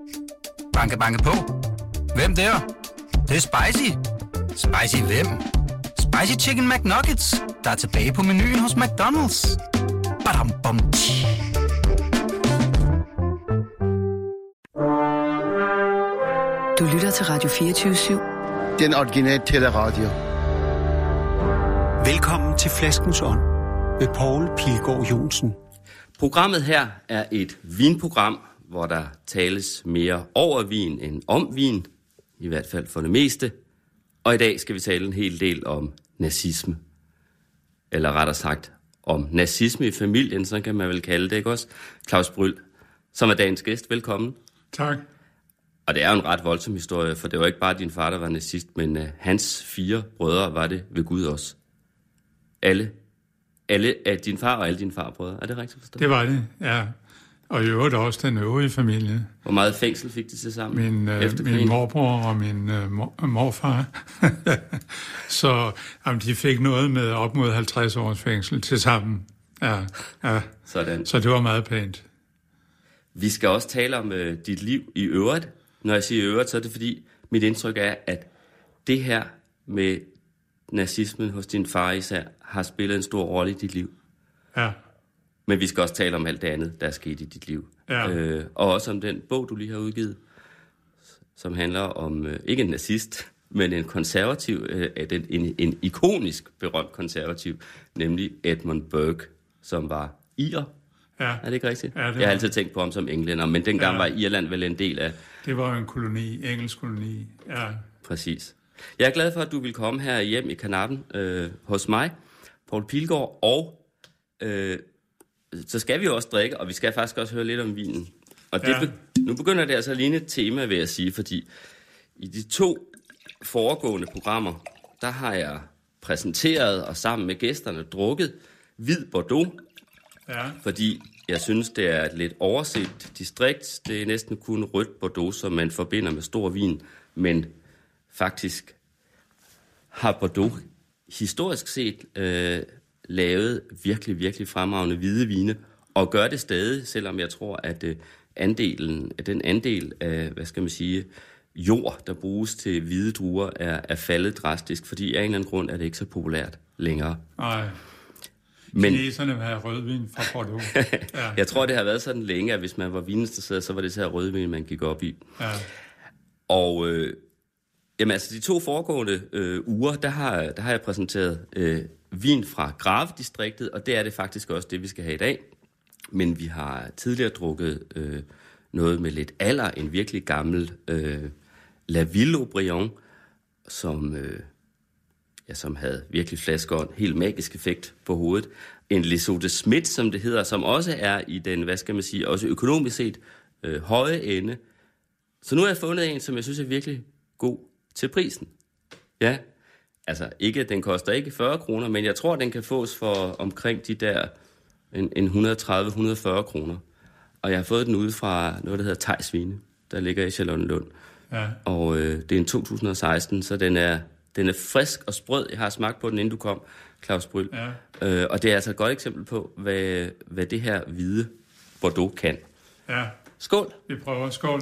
Banke, banke på. Hvem der? Det er spicy. Spicy hvem? Spicy Chicken McNuggets, der er tilbage på menuen hos McDonald's. Badum, bom, Du lytter til Radio 24/7. Den originale teleradio. Velkommen til Flaskens Ånd med Poul Pilgaard Johnsen. Programmet her er et vinprogram, hvor der tales mere over vin end om vin, i hvert fald for det meste. Og i dag skal vi tale en hel del om nazisme. Eller rettere sagt, om nazisme i familien, så kan man vel kalde det, ikke også? Claus Bryl, som er dagens gæst. Velkommen. Tak. Og det er jo en ret voldsom historie, for det var ikke bare din far, der var nazist, men hans 4 brødre var det ved Gud også. Alle af din far og alle dine farbrødre. Er det rigtigt forstået? Det var det, ja. Og i øvrigt også den øvrige familie. Hvor meget fængsel fik de til sammen? Min morbror og min morfar. Så de fik noget med op mod 50 års fængsel til sammen. Ja. Sådan. Så det var meget pænt. Vi skal også tale om dit liv i øvrigt. Når jeg siger i øvrigt, så er det fordi, mit indtryk er, at det her med nazismen hos din far især, har spillet en stor rolle i dit liv. Ja. Men vi skal også tale om alt det andet, der er sket i dit liv. Ja. Og også om den bog, du lige har udgivet, som handler om, ikke en nazist, men en konservativ, en ikonisk berømt konservativ, nemlig Edmund Burke, som var irer. Ja. Er det ikke rigtigt? Ja, jeg har altid tænkt på ham som englænder, men dengang var Irland vel en del af... Det var en koloni, engelsk koloni, ja. Præcis. Jeg er glad for, at du vil komme her hjem i Kanappen hos mig, Poul Pilgaard, og så skal vi også drikke, og vi skal faktisk også høre lidt om vinen. Og nu begynder det altså at ligne et tema, vil jeg sige, fordi i de 2 foregående programmer, der har jeg præsenteret og sammen med gæsterne drukket hvid Bordeaux, fordi jeg synes, det er et lidt overset distrikt. Det er næsten kun rødt Bordeaux, som man forbinder med stor vin, men faktisk har Bordeaux historisk set lavet virkelig, virkelig fremragende hvide vine, og gør det stadig, selvom jeg tror, at den andel af, hvad skal man sige, jord, der bruges til hvide druer, er faldet drastisk, fordi af en eller anden grund er det ikke så populært længere. Nej. Men kineserne vil have rødvin fra Bordeaux. Ja. Jeg tror, det har været sådan længe, at hvis man var vininteresseret, så var det så her rødvin, man gik op i. Ja. Og jamen, altså de 2 foregående uger, der har jeg præsenteret vin fra Grave-distriktet, og det er det faktisk også det, vi skal have i dag. Men vi har tidligere drukket noget med lidt alder, en virkelig gammel La Ville Aubryon, som havde virkelig flasker og en helt magisk effekt på hovedet. En Les Eaux de Schmidt, som det hedder, som også er i den, hvad skal man sige, også økonomisk set høje ende. Så nu har jeg fundet en, som jeg synes er virkelig god til prisen. Ja, altså den koster ikke 40 kroner, men jeg tror, den kan fås for omkring de der en 130-140 kroner. Og jeg har fået den ude fra noget, der hedder Theis Vine, der ligger i Charlottenlund. Ja. Og det er en 2016, så den er frisk og sprød. Jeg har smagt på den, inden du kom, Claus Bryl. Ja. Og det er altså et godt eksempel på, hvad det her hvide Bordeaux kan. Ja. Skål! Vi prøver. Skål!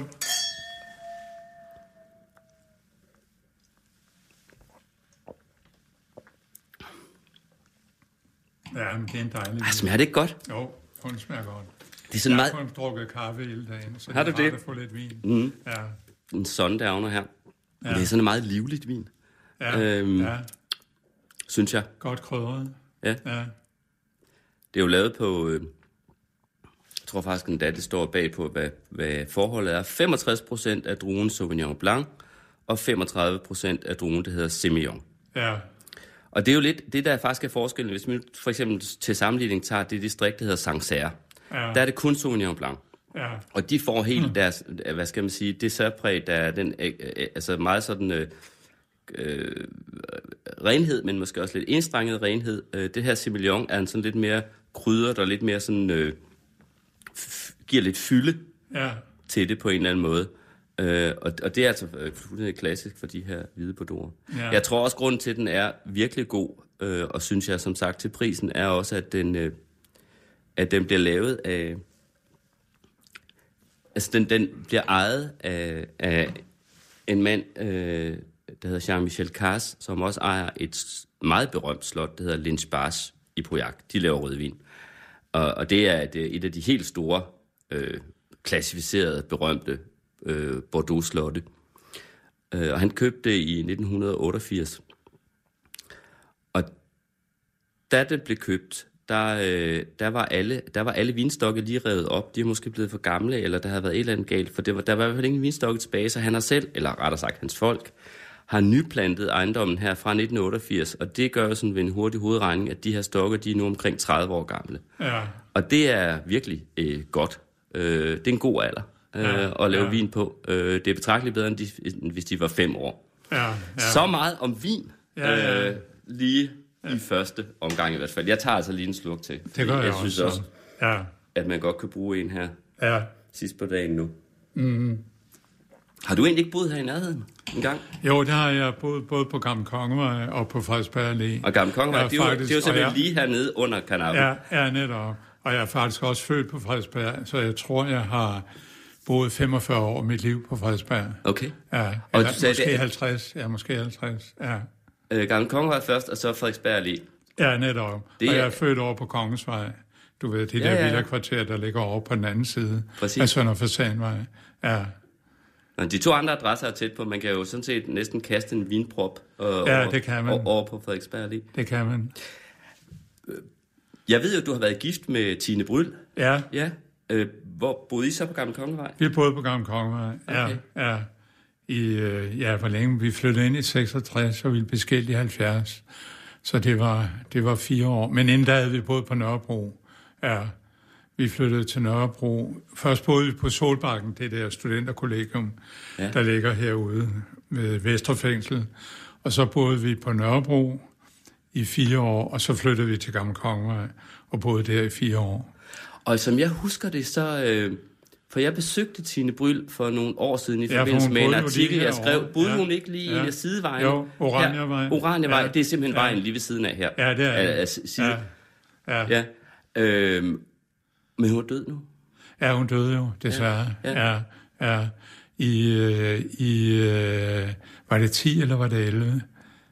Ja, men det er en dejlig vin. Smager det ikke godt? Jo, den smager godt. Det er sådan jeg har kun drukket kaffe hele dagen, så har du det? At få lidt vin. Mm. Ja. En sundowner her. Ja. Det er sådan en meget livligt vin. Ja. Synes jeg. Godt krydret. Ja. Det er jo lavet på... jeg tror faktisk endda, det står bag på, hvad forholdet er. 65% af druen Sauvignon Blanc, og 35% af druen, der hedder Semillon. Ja. Og det er jo lidt, det der faktisk er forskellen, hvis man for eksempel til sammenligning tager det distrikt, der hedder Sancerre. Ja. Der er det kun Sauvignon Blanc. Ja. Og de får helt deres, hvad skal man sige, det særpræg, der er den, altså meget sådan renhed, men måske også lidt enstrenget renhed. Det her Semillon er en sådan lidt mere krydret og lidt mere sådan, giver lidt fylde til det på en eller anden måde. Og det er altså fuldstændig klassisk for de her hvide Bordeaux. Ja. Jeg tror også, grunden til, at den er virkelig god, og synes jeg som sagt til prisen, er også, at den bliver lavet Altså, den bliver ejet af en mand, der hedder Jean-Michel Cars, som også ejer et meget berømt slot, der hedder Lynch Bars i Pauillac. De laver rødvin. Og det er et af de helt store, klassificerede, berømte Bordeaux-slotte. Og han købte det i 1988. Og da det blev købt, der var alle vinstokke lige revet op. De er måske blevet for gamle, eller der havde været et eller andet galt, for der var i hvert fald ingen vinstokke tilbage, så han har selv, eller rettere sagt hans folk, har nyplantet ejendommen her fra 1988, og det gør jo sådan ved en hurtig hovedregning, at de her stokke, de er nu omkring 30 år gamle. Ja. Og det er virkelig godt. Det er en god alder at lave vin på. Det er betragteligt bedre, end hvis de var 5 år. Ja. Så meget om vin lige i første omgang i hvert fald. Jeg tager altså lige en slurk til. Det gør jeg synes også, at man godt kan bruge en her sidst på dagen nu. Mm-hmm. Har du egentlig ikke boet her i nærheden en gang? Jo, det har jeg boet både på Gamle Kongevej og på Frederiksberg Allé. Og Gamle Kongevej, det er jo simpelthen lige hernede under kanalen. Ja, netop. Og jeg er faktisk også født på Frederiksberg, så jeg tror, jeg har boet 45 år af mit liv på Frederiksberg. Okay. Ja, og du sagde, måske 50. Ja, måske 50, ja. Gamle Kongevej først, og så Frederiksberg Allé. Ja, netop. Og jeg er født over på Kongensvej. Du ved, det der villa-kvarter, der ligger over på den anden side af Sønder Fasanvej. Ja. De 2 andre adresser er tæt på. Man kan jo sådan set næsten kaste en vinprop det kan man. Over på Frederiksberg Allé. Det kan man. Jeg ved jo, du har været gift med Tine Bryl. Ja. Hvor boede I så på Gamle Kongevej? Vi boede på Gamle Kongevej, ja. Hvor længe vi flyttede ind i 66, og vi blev skilt i 70. Så det var 4 år. Men inden da havde vi boet på Nørrebro. Ja, vi flyttede til Nørrebro. Først boede vi på Solbakken, det der studenterkollegium, der ligger herude ved Vesterfængsel. Og så boede vi på Nørrebro i 4 år, og så flyttede vi til Gamle Kongevej og boede der i 4 år. Og som jeg husker det, så... For jeg besøgte Tine Bryl for nogle år siden i forbindelse med en artikel, jeg skrev. Boede hun ikke lige i sidevejen? Jo, Oranjevej. Oranjevej, det er simpelthen vejen lige ved siden af her. Ja, det er det. Men hun er død nu? Ja, hun døde jo, desværre. Ja. Var det 10 eller var det 11?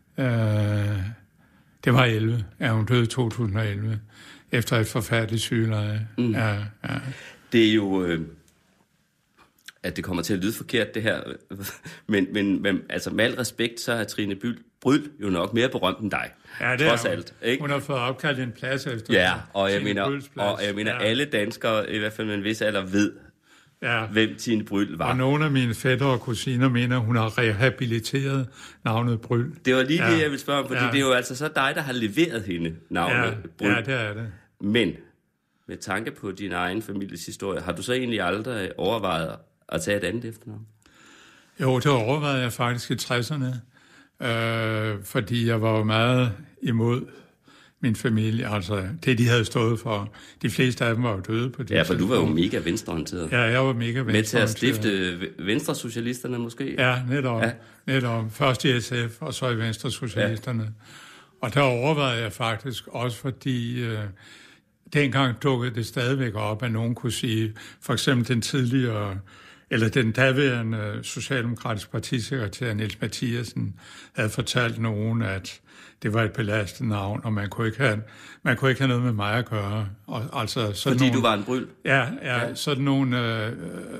Det var 11. Ja, hun døde i 2011. Efter et forfærdeligt sygeleje. Mm. Ja. Det er jo... at det kommer til at lyde forkert, det her. men altså, med al respekt, så er Trine Bryl jo nok mere berømt end dig. Ja, det trods er alt. Ikke? Hun har fået opkaldt en plads efter. Ja, og jeg mener, alle danskere, i hvert fald med en vis alder, ved, hvem Tine Bryl var. Og nogle af mine fætter og kusiner mener, hun har rehabiliteret navnet Bryl. Det var lige det, jeg ville spørge om, fordi det er jo altså så dig, der har leveret hende navnet Bryl. Ja, det er det. Men med tanke på din egen families historie, har du så egentlig aldrig overvejet at tage et andet efternavn? Jo, det overvejede jeg faktisk i 60'erne, fordi jeg var jo meget imod min familie, altså det, de havde stået for. De fleste af dem var jo døde på det. Ja, for du var jo mega venstreorienteret. Ja, jeg var mega venstreorienteret. Med til at stifte Venstresocialisterne måske? Ja, netop. Først i SF, og så i Venstresocialisterne. Ja. Og der overvejede jeg faktisk også, fordi... dengang dukkede det stadigvæk op, at nogen kunne sige, for eksempel den daværende socialdemokratiske partisekretær Niels Mathiasen havde fortalt nogen, at det var et belastet navn, og man kunne ikke have noget med mig at gøre. Og, altså, fordi du var en Bryl? Ja. Sådan nogle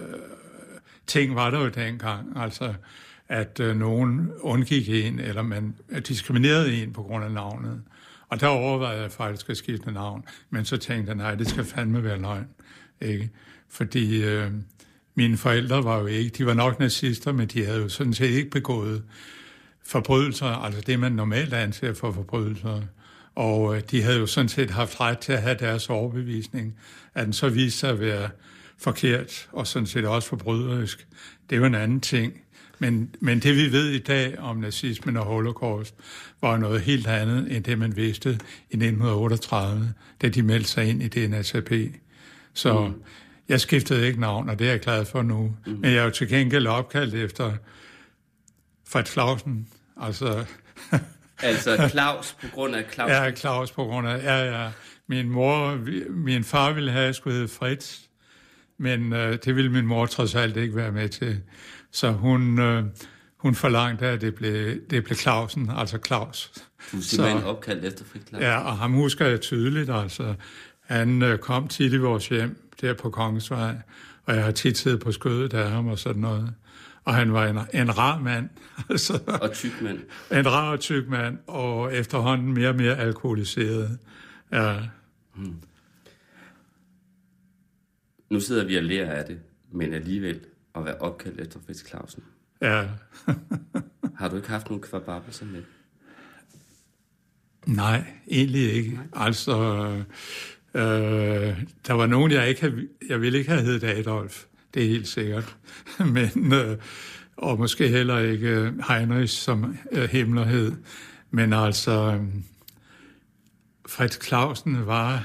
ting var der jo dengang, altså at nogen undgik en, eller man diskriminerede en på grund af navnet. Og der overvejede jeg faktisk at skifte navn, men så tænkte jeg, nej, det skal fandme være løgn, ikke? Fordi mine forældre var jo ikke, de var nok nazister, men de havde jo sådan set ikke begået forbrydelser, altså det, man normalt anser for forbrydelser. Og de havde jo sådan set haft ret til at have deres overbevisning, at den så viste sig at være forkert, og sådan set også forbryderisk. Det var en anden ting. Men det, vi ved i dag om nazismen og holocaust, var noget helt andet, end det, man vidste i 1938, da de meldte sig ind i DNSAP. Så jeg skiftede ikke navn, og det er jeg glad for nu. Men jeg er jo til gengæld opkaldt efter Fred Clausen. Altså Claus på grund af Claus? Ja, Claus på grund af... Ja. Min far ville have, at jeg skulle hedde Fritz, men det ville min mor trods alt ikke være med til. Så hun forlangte, at det blev Clausen, altså Claus. Du er simpelthen opkaldt efter Frits Clausen. Ja, og ham husker jeg tydeligt. Altså, han kom tit i vores hjem, der på Kongensvej, og jeg har tit siddet på skødet af ham og sådan noget. Og han var en rar mand. Altså, og tyk mand. En rar og tyk mand, og efterhånden mere og mere alkoholiseret. Ja. Nu sidder vi og lærer af det, men alligevel at være opkaldt efter Frits Clausen. Ja. Har du ikke haft nogen kvababelser med? Nej, egentlig ikke. Nej. Altså, der var nogen, jeg ville ikke have heddet Adolf. Det er helt sikkert. Men, og måske heller ikke Heinrich som Himmler hed. Men altså, Frits Clausen var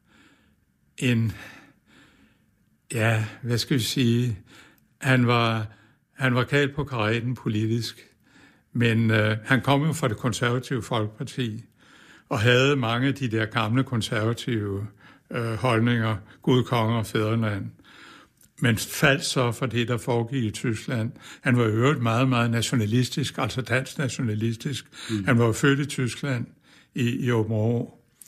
hvad skal vi sige, han var galt på karetten politisk, men han kom jo fra det konservative Folkeparti, og havde mange af de der gamle konservative holdninger, Gud, konge og fædreland, men faldt så for det, der foregik i Tyskland. Han var i øvrigt meget, meget nationalistisk, altså dansk nationalistisk. Han var født i Tyskland, i Aabenraa,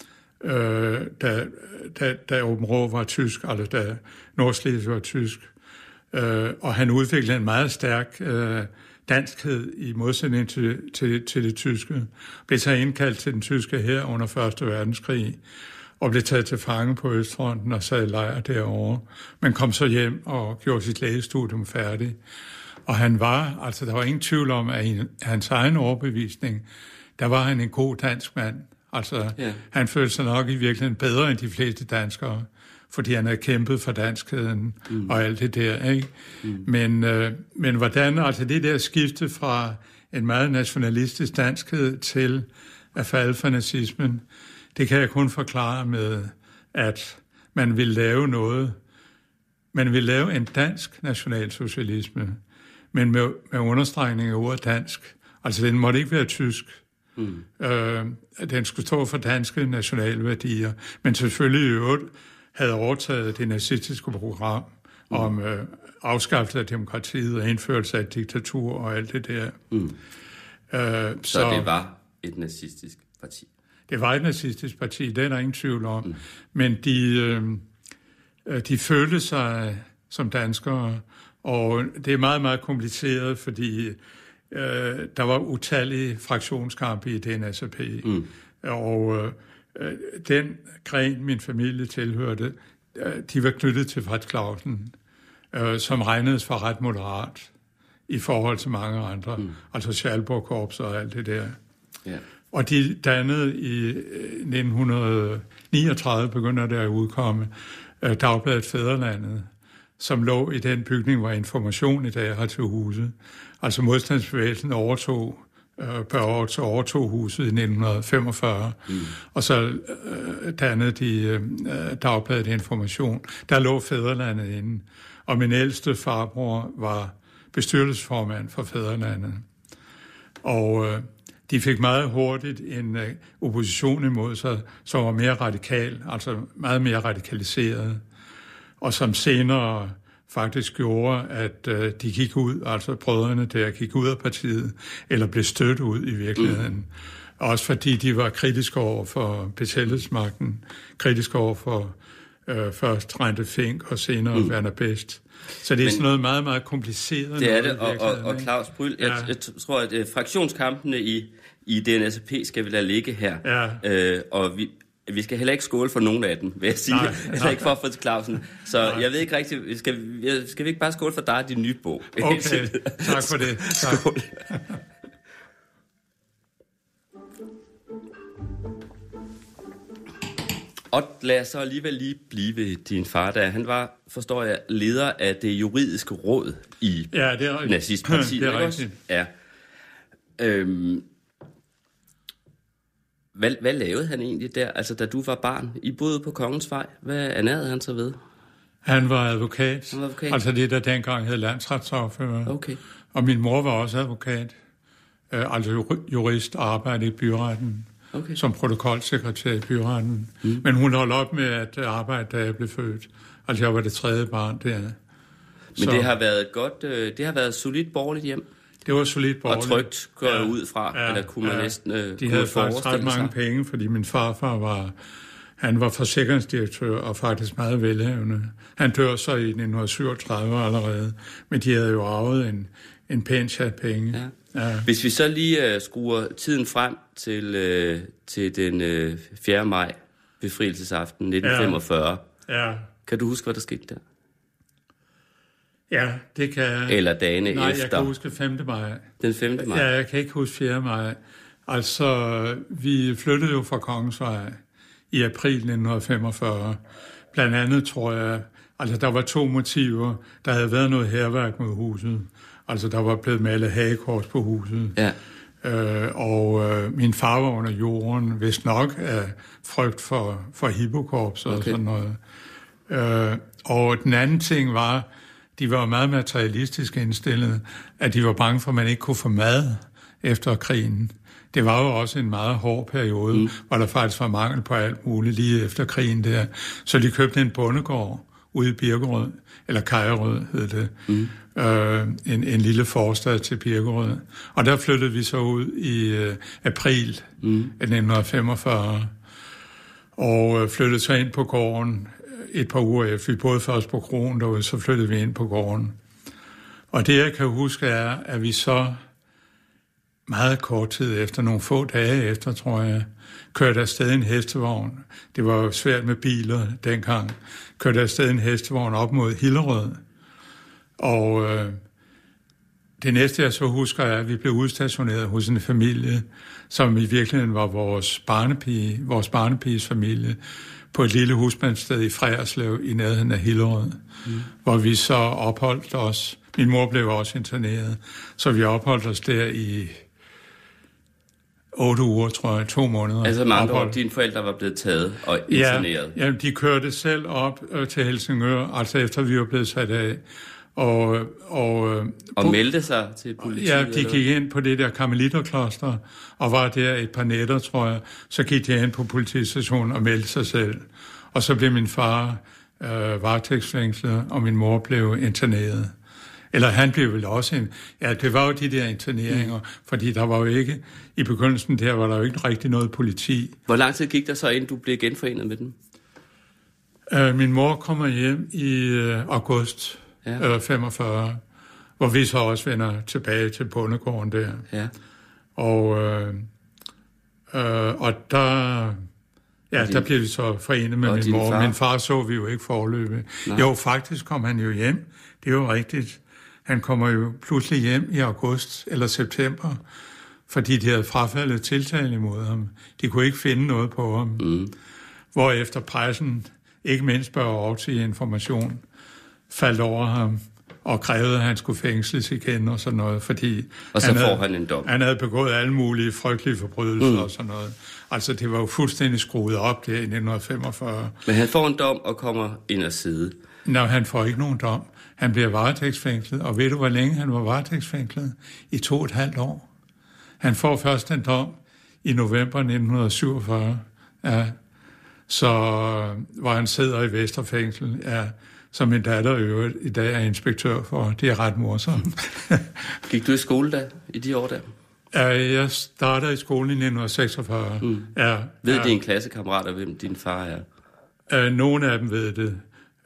da Aabenraa var tysk, altså da Nordslesvig var tysk. Og han udviklede en meget stærk danskhed i modsætning til det tyske. Blev så indkaldt til den tyske hær under 1. verdenskrig, og blev taget til fange på Østfronten og sad i lejr derovre. Men kom så hjem og gjorde sit lægestudium færdigt. Og han var, altså der var ingen tvivl om, at i hans egen overbevisning, der var han en god dansk mand. Altså, han følte sig nok i virkeligheden bedre end de fleste danskere, fordi han havde kæmpet for danskheden og alt det der, ikke? Men hvordan, altså det der skifte fra en meget nationalistisk danskhed til at falde for nazismen, det kan jeg kun forklare med, at man vil lave noget, man vil lave en dansk nationalsocialisme, men med understregning af ordet dansk. Altså den måtte ikke være tysk. Den skulle stå for danske nationale værdier, men selvfølgelig i øvrigt havde overtaget det nazistiske program om afskaffelse af demokratiet og indførelse af diktatur og alt det der. Så det var et nazistisk parti? Det var et nazistisk parti, det er der ingen tvivl om. Men de følte sig som danskere, og det er meget, meget kompliceret, fordi der var utallige fraktionskampe i DNSAP. Og den gren, min familie tilhørte, de var knyttet til Frits Clausen, som regnedes for ret moderat i forhold til mange andre. Altså Schalburg-korps og alt det der. Yeah. Og de dannede i 1939, begynder der at udkomme, Dagbladet Fædrelandet, som lå i den bygning, hvor Information i dag har til huset. Altså modstandsbevægelsen overtog huset i 1945, og så dannede de Dagbladet Information. Der lå Fædrelandet inde, og min ældste farbror var bestyrelsesformand for Fædrelandet. Og de fik meget hurtigt en opposition imod sig, som var mere radikal, altså meget mere radikaliseret, og som senere faktisk gjorde, at de gik ud, altså brødrene der gik ud af partiet, eller blev stødt ud i virkeligheden. Også fordi de var kritiske over for besættelsesmagten, kritiske over for først Rente Fink og senere Werner Best. Så det er sådan noget meget, meget kompliceret. Det er det, og Claus Bryl, jeg tror, at fraktionskampene i DNSAP skal vi lade ligge her. Ja. Og vi skal heller ikke skåle for nogen af dem, vil jeg sige. Heller ikke for Frits Clausen. Så jeg ved ikke rigtigt, skal vi ikke bare skåle for dig og din nye bog? Okay, tak for det. Tak. Skål. Og lad os så alligevel lige blive ved din far, da han var, forstår jeg, leder af det juridiske råd i nazistpartiet. Det er rigtigt. Ja. Hvad lavede han egentlig der, altså da du var barn? I boede på Kongens Vej. Hvad ernærede han sig ved? Han var advokat. Altså det, der dengang hed landsretssagfører. Okay. Og min mor var også advokat. Altså jurist og arbejdede i byretten. Okay. Som protokolsekretær i byretten. Men hun holdt op med at arbejde, da jeg blev født. Altså, jeg var det 3. barn der. Men det har været godt, det har været solidt borgerligt hjem. Det var solidt borgerligt. Og trygt går jeg ud fra, eller kunne man næsten de havde faktisk ret mange penge, fordi min farfar var forsikringsdirektør og faktisk meget velhavende. Han dør så i 1937 allerede, men de havde jo arvet en pæn chat penge. Ja. Ja. Hvis vi så lige skruer tiden frem til den 4. maj, befrielsesaften 1945. Ja. Kan du huske, hvad der skete der? Ja, det kan jeg. Eller dagene efter? Nej, jeg kan huske 5. maj. Den 5. maj? Ja, jeg kan ikke huske 4. maj. Altså, vi flyttede jo fra Kongensvej i april 1945. Blandt andet, tror jeg, altså der var 2 motiver. Der havde været noget hærværk mod huset. Altså, der var blevet malet hagekors på huset. Ja. Min far var under jorden, vist nok af frygt for hippokorps og sådan noget. Og den anden ting var, de var meget materialistisk indstillet, at de var bange for, at man ikke kunne få mad efter krigen. Det var jo også en meget hård periode, hvor der faktisk var mangel på alt muligt lige efter krigen der. Så de købte en bondegård ude i Birkerød, eller Kajerød hed det, en lille forstad til Birkerød. Og der flyttede vi så ud i april 1945, og flyttede så ind på gården et par uger efter. Vi boede først på kroen derude, så flyttede vi ind på gården. Og det, jeg kan huske, er, at vi så meget kort tid efter, nogle få dage efter, tror jeg, kørte afsted en hestevogn. Det var jo svært med biler dengang. Kørte afsted en hestevogn op mod Hillerød. Og det næste, jeg så husker, er, at vi blev udstationeret hos en familie, som i virkeligheden var vores barnepiges familie, på et lille husmandssted i Frejerslev i nærheden af Hillerød, hvor vi så opholdt os. Min mor blev også interneret, så vi opholdt os der i 8 uger, tror jeg, 2 måneder. Altså med andre ord, dine forældre var blevet taget og interneret? Ja, de kørte selv op til Helsingør, altså efter vi var blevet sat af. Og meldte sig til politiet? Ja, de gik ind på det der karmeliterkloster, og var der et par nætter, tror jeg. Så gik de ind på politistationen og meldte sig selv. Og så blev min far varetægtsfængslet, og min mor blev interneret. Eller han blev vel også det var jo de der interneringer, fordi der var jo ikke, i begyndelsen der var der jo ikke rigtig noget politi. Hvor lang tid gik der så, inden du blev genforenet med dem? Min mor kommer hjem i august 45, hvor vi så også vender tilbage til bondegården der. Ja. Og der bliver vi så forenet med min mor. Min far så vi jo ikke foreløbig. Jo, faktisk kom han jo hjem. Det er jo rigtigt. Han kommer jo pludselig hjem i august eller september, fordi de havde frafaldet tiltale imod ham. De kunne ikke finde noget på ham. Hvorefter pressen, ikke mindst bør overtige information, faldt over ham og krævede, at han skulle fængsles igen og sådan noget, fordi og så får han en dom. Han havde begået alle mulige frygtelige forbrydelser og sådan noget. Altså, det var jo fuldstændig skruet op der i 1945. Men han får en dom og kommer ind og sidde. Nej, han får ikke nogen dom. Han bliver varetægtsfængslet, og ved du, hvor længe han var varetægtsfængslet? I 2,5 år. Han får først en dom i november 1947, så hvor han sidder i Vesterfængsel, som min datter i dag er inspektør for. Det er ret morsomt. Gik du i skole da, i de år der? Jeg startede i skolen i 1946. Ved dine klassekammerater, hvem din far er? Nogle af dem ved det.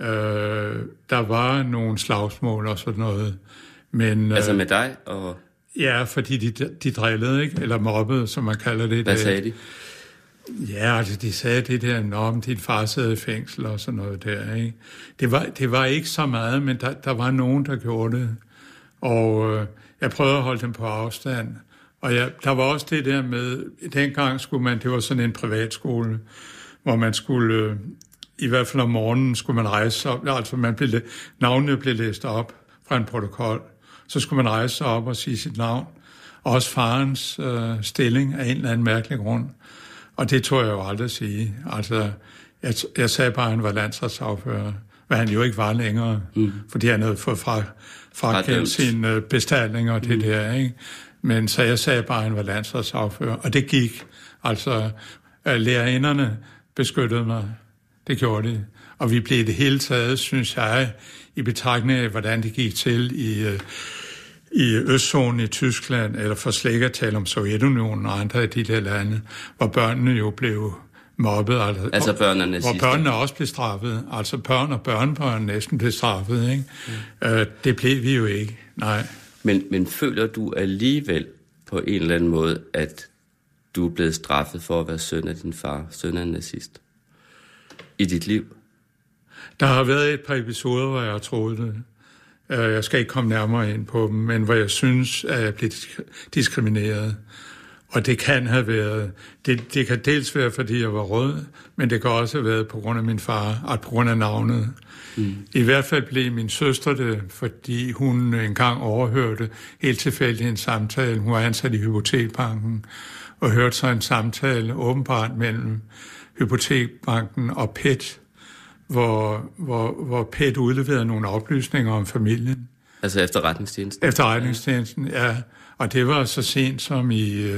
Der var nogle slagsmål og sådan noget. Men, altså med dig? Og... Ja, fordi de drillede, ikke? Eller mobbede, som man kalder det. Hvad sagde de? Ja, altså de sagde det der, om din far sad i fængsel og sådan noget der, ikke? Det var ikke så meget, men der var nogen, der gjorde det. Og jeg prøvede at holde dem på afstand. Og der var også det der med, dengang skulle man, det var sådan en privatskole, hvor man skulle, i hvert fald om morgenen, skulle man rejse op, altså navnene blev læst op fra en protokol. Så skulle man rejse sig op og sige sit navn. Også farens stilling af en eller anden mærkelig grund. Og det tog jeg jo aldrig at sige. Altså, jeg sagde bare, at han var landsretssagfører, hvad han jo ikke var længere, fordi han havde fået frakendt sine bestallinger og det der, ikke? Men så jeg sagde bare, at han var landsretssagfører, og det gik. Altså, lærerinderne beskyttede mig. Det gjorde de. Og vi blev det hele taget, synes jeg, i betragtning af, hvordan det gik til i Østzonen i Tyskland, eller for slet ikke at tale om Sovjetunionen og andre af de der lande, hvor børnene jo blev mobbet. Altså børnene hvor børnene også blev straffet. Altså børn og børnebørn næsten blev straffet. Ikke? Det blev vi jo ikke, nej. Men føler du alligevel på en eller anden måde, at du er blevet straffet for at være søn af din far, søn af en nazist, i dit liv? Der har været et par episoder, hvor jeg har troet det. Jeg skal ikke komme nærmere ind på dem, men hvor jeg synes, at jeg blev diskrimineret. Og det kan have været, det kan dels være, fordi jeg var rød, men det kan også have været på grund af min far, og på grund af navnet. I hvert fald blev min søster det, fordi hun engang overhørte helt tilfældigt en samtale. Hun var ansat i Hypotekbanken, og hørte så en samtale åbenbart mellem Hypotekbanken og PET, hvor PET udleverede nogle oplysninger om familien. Altså efterretningstjenesten? Efterretningstjenesten, ja. Og det var så sent som i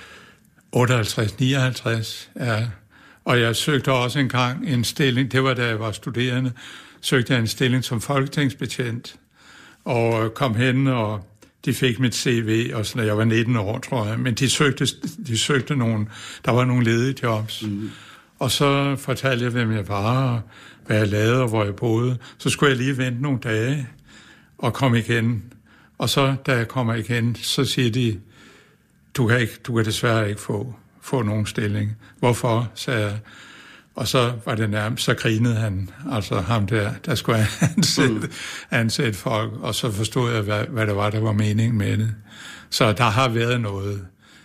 58-59, ja. Og jeg søgte også engang en stilling, det var da jeg var studerende, søgte jeg en stilling som folketingsbetjent, og kom hen, og de fik mit CV, og sådan, jeg var 19 år, tror jeg, men de søgte nogle, der var nogle ledige jobs. Og så fortalte jeg, hvem jeg var, og hvad jeg lavede, og hvor jeg boede. Så skulle jeg lige vente nogle dage og komme igen. Og så, da jeg kommer igen, så siger de, du kan desværre ikke få nogen stilling. Hvorfor, sagde jeg. Og så var det nærmest, så grinede han, altså ham der skulle ansætte folk, og så forstod jeg, hvad det var, der var meningen med det. Så der har været noget.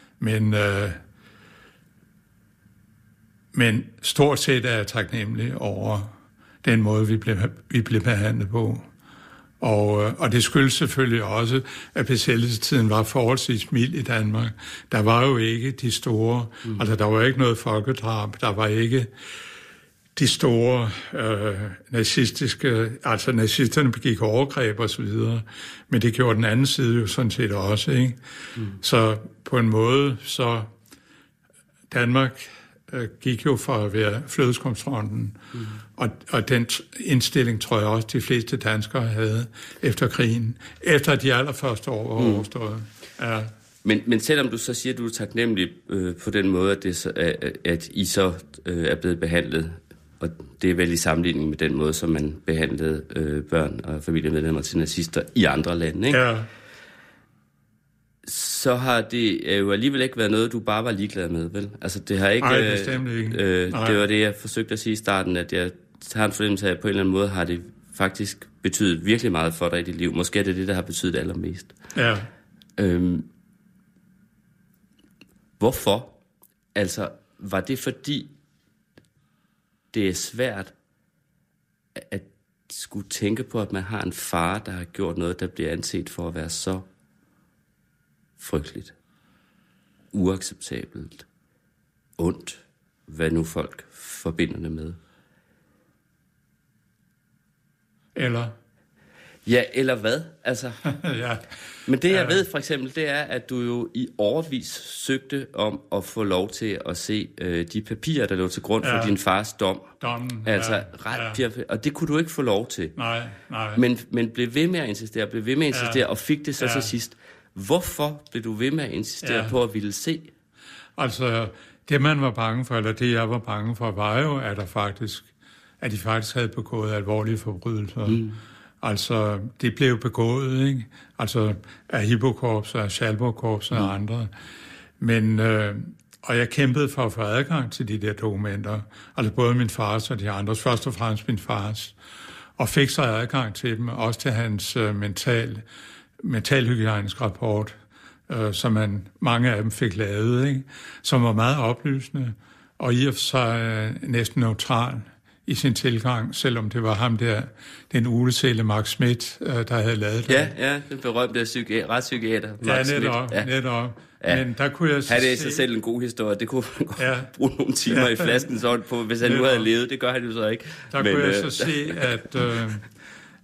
Men stort set er jeg taknemmelig over den måde, vi blev behandlet på. Og det skyldes selvfølgelig også, at besættelsestiden var forholdsvis mild i Danmark. Der var jo ikke de store, altså der var ikke noget folkedrab, der var ikke de store nazistiske, altså nazisterne begik overgreb og så videre, men det gjorde den anden side jo sådan set også, ikke? Så på en måde, så Danmark gik jo for at være flødeskumsfronten, og den indstilling tror jeg også, de fleste danskere havde efter krigen, efter de allerførste år var overstået. Ja. Men selvom du så siger, at du er taknemmelig på den måde, at I så er blevet behandlet, og det er vel i sammenligning med den måde, som man behandlede børn og familiemedlemmer til nazister i andre lande, ikke? Ja. Så har det jo alligevel ikke været noget, du bare var ligeglad med, vel? Altså, det har ikke... Nej, bestemt ikke. Det var det, jeg forsøgte at sige i starten, at jeg har en fornemmelse af, at på en eller anden måde har det faktisk betydet virkelig meget for dig i dit liv. Måske er det det, der har betydet allermest. Ja. Hvorfor? Altså, var det fordi, det er svært at skulle tænke på, at man har en far, der har gjort noget, der bliver anset for at være så frygteligt, uacceptabelt, ondt, hvad nu folk forbinder det med? Eller? Ja, eller hvad? Altså, ja. Men det jeg ved for eksempel, det er, at du jo i årevis søgte om at få lov til at se de papirer, der lå til grund for din fars dom. Dommen, altså, og det kunne du ikke få lov til. Nej. Men blev ved med at insistere, og fik det så til sidst. Hvorfor blev du ved med at insistere på at ville se? Altså, det man var bange for, eller det jeg var bange for, var jo, at de faktisk havde begået alvorlige forbrydelser. Altså, det blev begået, ikke? Altså, af Hippokorps og Schalburg-korps og andre. Men, og jeg kæmpede for at få adgang til de der dokumenter. Altså, både min fars og de andres, først og fremmest min fars. Og fik så adgang til dem, også til hans mentalhygiejnisk rapport, som mange af dem fik lavet, ikke? Som var meget oplysende, og i og for sig næsten neutral i sin tilgang, selvom det var ham der, den ulesæle Mark Schmidt, der havde lavet det. Ja, den berømte retspsykiater, Mark Schmidt. Netop. Ja. Men der kunne jeg så det er i sig selv en god historie. Det kunne man godt bruge nogle timer i flaskens ånd på, hvis han nu havde levet. Det gør han jo så ikke. Der kunne jeg så se,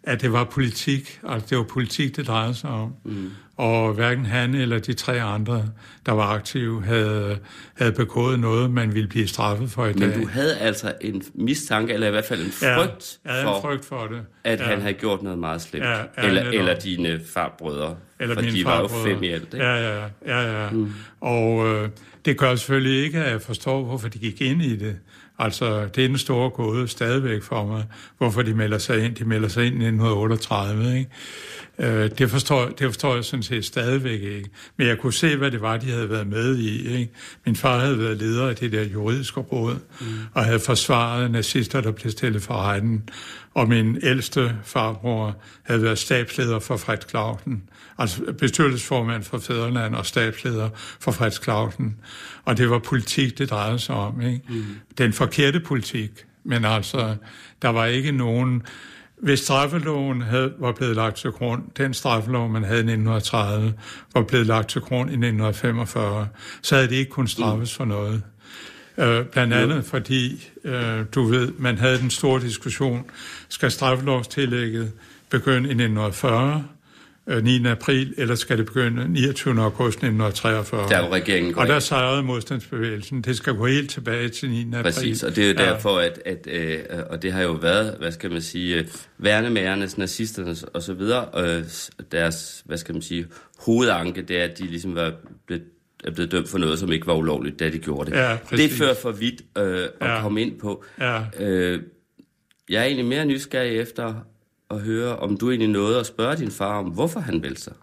at det var politik. Altså, det var politik, det drejede sig om. Og hverken han eller de 3 andre, der var aktive, havde begået noget, man ville blive straffet for i dag. Men du havde altså en mistanke, eller i hvert fald en frygt, for det. At han havde gjort noget meget slemt. Eller dine farbrødre, for de var jo 5 i alt. Ikke? Ja. Og det gør selvfølgelig ikke, at jeg forstår, hvorfor de gik ind i det. Altså, det er den store gåde stadigvæk for mig, hvorfor de melder sig ind. De melder sig ind i 1938, ikke? Det forstår jeg sådan set stadigvæk ikke. Men jeg kunne se, hvad det var, de havde været med i. Ikke? Min far havde været leder af det der juridiske råd, og havde forsvaret nazister, der blev stillet for retten. Og min ældste farbror havde været stabsleder for Frits Clausen, altså bestyrelsesformand for Fædreland og stabsleder for Frits Clausen. Og det var politik, det drejede sig om. Ikke? Den forkerte politik, men altså, der var ikke nogen... Hvis straffeloven var blevet lagt til grund, den straffelov, man havde i 1930, var blevet lagt til grund i 1945, så havde det ikke kunnet straffes for noget. Blandt andet fordi, du ved, man havde den store diskussion, skal straffelovstillægget begynde i 1940, 9. april, eller skal det begynde 29. august 1943? Der var regeringen og der sejrede modstandsbevægelsen. Det skal gå helt tilbage til 9. april. Præcis, og det er jo derfor, at og det har jo været, hvad skal man sige, værnemærernes, nazisternes og så videre, deres, hvad skal man sige, hovedanke, det er, at de ligesom er blevet dømt for noget, som ikke var ulovligt, da de gjorde det. Ja, det fører for vidt at komme ind på. Ja. Jeg er egentlig mere nysgerrig efter at høre, om du egentlig nåede at spørge din far om, hvorfor han meldte sig.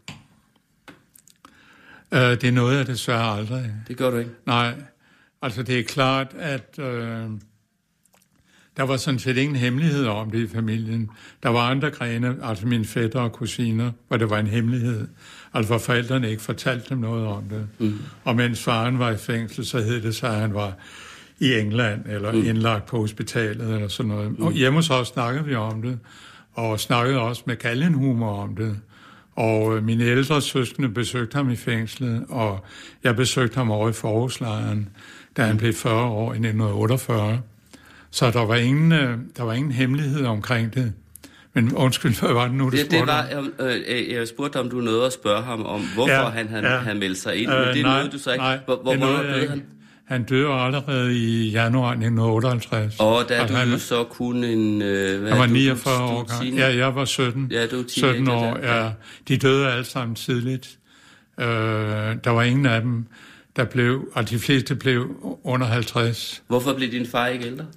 Det nåede jeg desværre aldrig. Det gør du ikke? Nej. Altså, det er klart, at der var sådan set ingen hemmelighed om det i familien. Der var andre grene, altså mine fætter og kusiner, hvor det var en hemmelighed. Altså, hvor forældrene ikke fortalte dem noget om det. Og mens faren var i fængsel, så hed det så, at han var i England, eller indlagt på hospitalet, eller sådan noget. Og hjemme hos os snakkede vi om det, og snakkede også med galgenhumor om det. Og mine ældre søskende besøgte ham i fængslet, og jeg besøgte ham over i forårslejren, da han blev 40 år i 1948. Så der var ingen hemmelighed omkring det. Men undskyld, hvad var det nu, du spurgte om? Jeg spurgte om du nåede at spørge ham om, hvorfor han havde meldt sig ind. Men det nåede du så ikke. Hvornår døde han? Han døde allerede i januar 1958. Og der er du så kun en... han var 49 år gammel. Ja, jeg var 17. Ja, du 17 år, ja. De døde alle sammen tidligt. Der var ingen af dem, der blev... Og de fleste blev under 50. Hvorfor blev din far ikke ældre?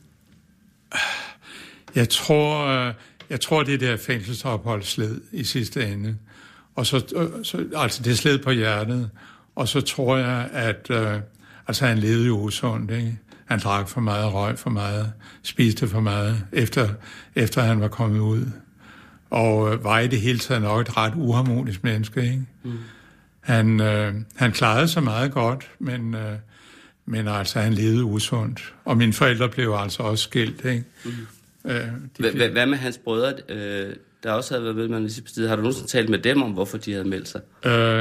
Jeg tror det der fængselsophold sled i sidste ende. Og så altså det sled på hjertet. Og så tror jeg, at... Altså, han levede jo usundt, ikke? Han drak for meget, røg for meget, spiste for meget, efter han var kommet ud. Og var i det hele taget nok et ret uharmonisk menneske, ikke? Han klarede sig meget godt, men altså, han levede usundt. Og mine forældre blev altså også skilt, ikke? Hvad med hans brødre, der også havde været ved med nazistpartiet? Har du nogensinde talt med dem om, hvorfor de havde meldt sig?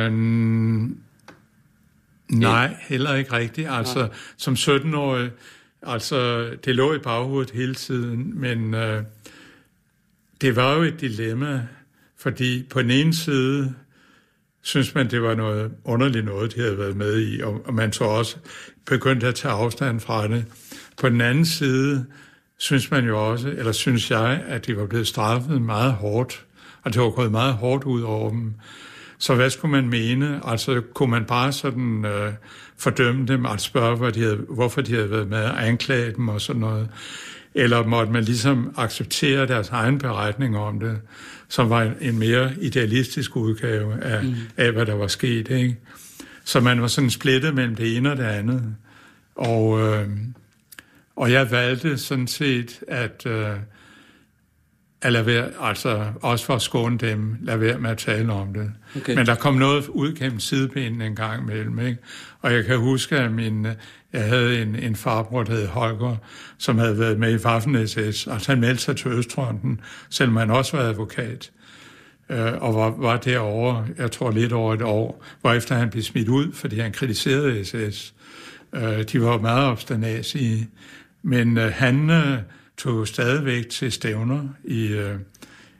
Nej, heller ikke rigtigt. Altså, som 17-årig, altså, det lå i baghovedet hele tiden, men det var jo et dilemma, fordi på den ene side synes man, det var noget underligt noget, de havde været med i, og man så også begyndte at tage afstand fra det. På den anden side synes man jo også, eller synes jeg, at de var blevet straffet meget hårdt, og det var gået meget hårdt ud over dem. Så hvad skulle man mene? Altså, kunne man bare sådan fordømme dem, og spørge, hvorfor de havde været med, og anklage dem og sådan noget? Eller måtte man ligesom acceptere deres egen beretning om det, som var en mere idealistisk udgave af hvad der var sket, ikke? Så man var sådan splittet mellem det ene og det andet. Og jeg valgte sådan set at lade være, altså også for at skåne dem, lade være med at tale om det. Okay. Men der kom noget ud gennem sidebenene en gang imellem, ikke? Og jeg kan huske, at jeg havde en farbror, der hed Holger, som havde været med i Waffen-SS. Altså han meldte sig til Østfronten, selvom han også var advokat. Og var derovre, jeg tror lidt over et år, hvorefter han blev smidt ud, fordi han kritiserede SS. De var meget obsternasige, men han tog stadigvæk til stævner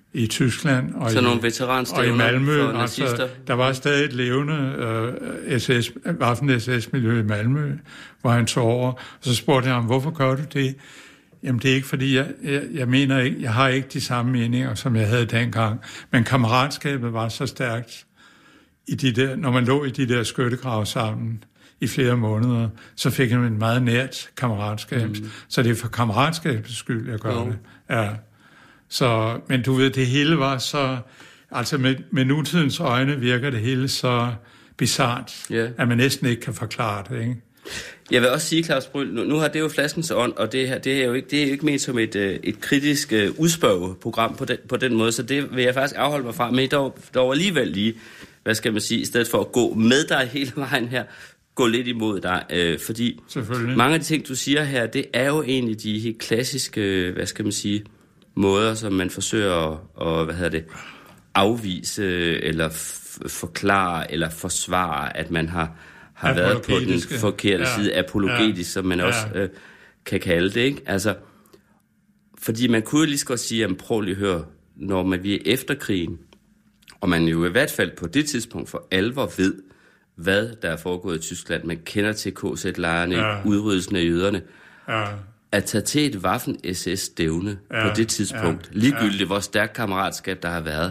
i Tyskland og, så nogle veteranstævner og i Malmø. for nazister. Altså, der var stadig et levende Waffen-SS-miljø i Malmø, hvor han tog over. Og så spurgte jeg ham, hvorfor gør du det? Jamen det er ikke, fordi jeg mener ikke, jeg har ikke de samme meninger, som jeg havde dengang. Men kammeratskabet var så stærkt, når man lå i de der skyttegrave sammen i flere måneder, så fik han et meget nært kammeratskab. Så det er for kammeratskabets skyld, jeg gør det. Ja. Så, men du ved, det hele var så... Altså med nutidens øjne virker det hele så bizart, at man næsten ikke kan forklare det, ikke? Jeg vil også sige, Claus Bryl, nu har det jo flaskens ånd, og det er jo ikke ment som et kritisk udspørgeprogram på den måde, så det vil jeg faktisk afholde mig fra, men dog alligevel lige, hvad skal man sige, i stedet for at gå med dig hele vejen her, gå lidt imod dig, fordi mange af de ting, du siger her, det er jo egentlig de helt klassiske, hvad skal man sige, måder, som man forsøger at, afvise, eller forklare, eller forsvare, at man har været på den forkerte side, apologetisk, som man også kan kalde det, ikke? Altså, fordi man kunne jo lige så godt sige, prøv lige at høre, når vi er efter krigen, og man jo i hvert fald på det tidspunkt for alvor ved, hvad der er foregået i Tyskland, man kender til KZ-lejrene, udryddelsen af jøderne, at tage til et Waffen-SS-stævne på det tidspunkt, ligegyldigt hvor stærkt kammeratskab der har været.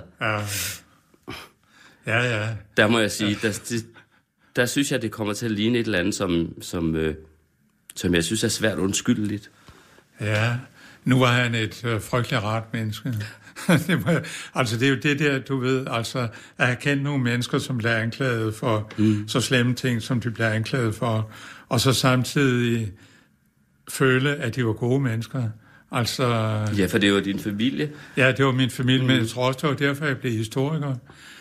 Der må jeg sige, der synes jeg, det kommer til at ligne et eller andet, som jeg synes er svært undskyldeligt. Ja, nu var han et frygteligt rart menneske. Altså det er jo det der, du ved, altså at have kendt nogle mennesker, som bliver anklaget for så slemme ting, som de bliver anklaget for, og så samtidig føle, at de var gode mennesker. Altså, ja, for det var din familie. Ja, det var min familie, men jeg tror også, det var derfor, jeg blev historiker.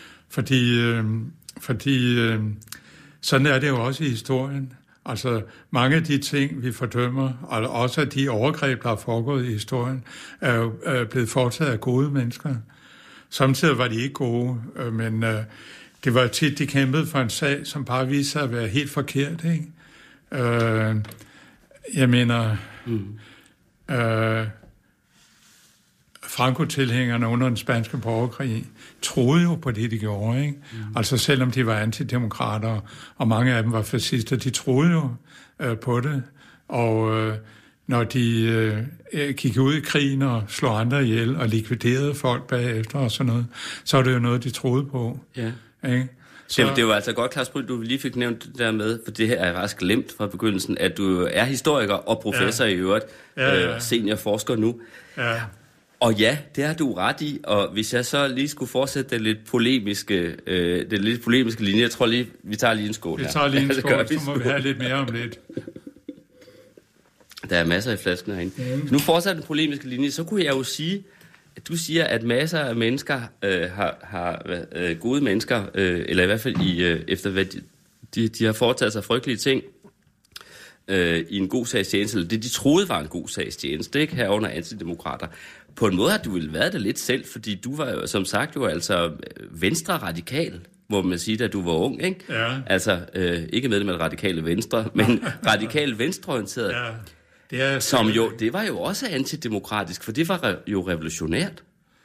Fordi sådan er det jo også i historien. Altså, mange af de ting, vi fordømmer, og også af de overgreb, der er foregået i historien, er jo blevet foretaget af gode mennesker. Samtidig var de ikke gode, men det var tit, de kæmpede for en sag, som bare viste sig at være helt forkert, ikke? Jeg mener, Franco-tilhængerne under den spanske borgerkrig troede jo på det, de gjorde, ikke? Altså selvom de var antidemokrater, og mange af dem var fascister, de troede jo på det. Og når de gik ud i krigen og slog andre ihjel og likviderede folk bagefter og sådan noget, så var det jo noget, de troede på. Ja. Ikke? Så... Det var altså godt, Claus Bryl, du lige fik nævnt det der med, for det her er faktisk glemt fra begyndelsen, at du er historiker og professor i øvrigt, seniorforsker nu. Ja. Og ja, det har du ret i, og hvis jeg så lige skulle fortsætte den lidt polemiske linje, jeg tror lige, vi tager lige en skål her. Vi tager lige en skål, så må vi have lidt mere om lidt. Der er masser i flasken herinde. Nu fortsætter den polemiske linje, så kunne jeg jo sige, at du siger, at masser af mennesker har gode mennesker, eller i hvert fald efter hvad de har foretaget sig frygtelige ting i en god sagstjeneste, eller det de troede var en god sagstjeneste, ikke? Herunder antidemokrater. På en måde har du vel været det lidt selv, fordi du var jo, som sagt, jo altså venstre radikal, må man sige, da du var ung, ikke? Ja. Altså, ikke medlem af det radikale venstre, men radikal venstreorienteret. Ja. Det var jo også antidemokratisk, for det var jo revolutionært.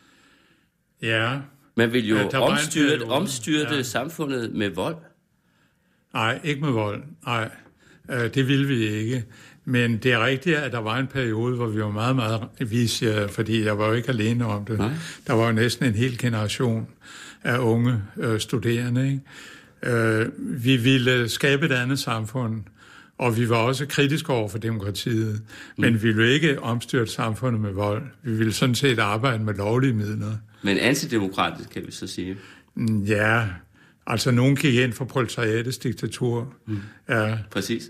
Ja. Man ville jo omstyrte samfundet med vold. Nej, ikke med vold. Nej, det ville vi ikke. Men det er rigtigt, at der var en periode, hvor vi var meget, meget vise, fordi jeg var jo ikke alene om det. Nej. Der var jo næsten en hel generation af unge studerende, ikke? Vi ville skabe et andet samfund, og vi var også kritiske over for demokratiet, men vi ville ikke omstyrte samfundet med vold. Vi ville sådan set arbejde med lovlige midler. Men antidemokratisk, kan vi så sige? Ja, altså nogen gik ind for proletariatets diktatur. Ja. Præcis.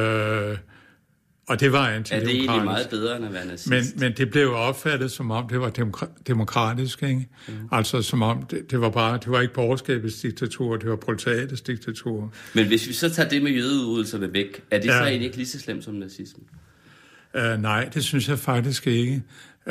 Og det var antidemokratisk. Er det egentlig meget bedre end at være nazist? Men det blev opfattet, som om det var demokratisk, ikke? Altså som om det var ikke borgerskabets diktatur, det var proletariatets diktatur. Men hvis vi så tager det med jødeudryddelserne væk, er det så egentlig ikke lige så slemt som nazismen? Nej, det synes jeg faktisk ikke.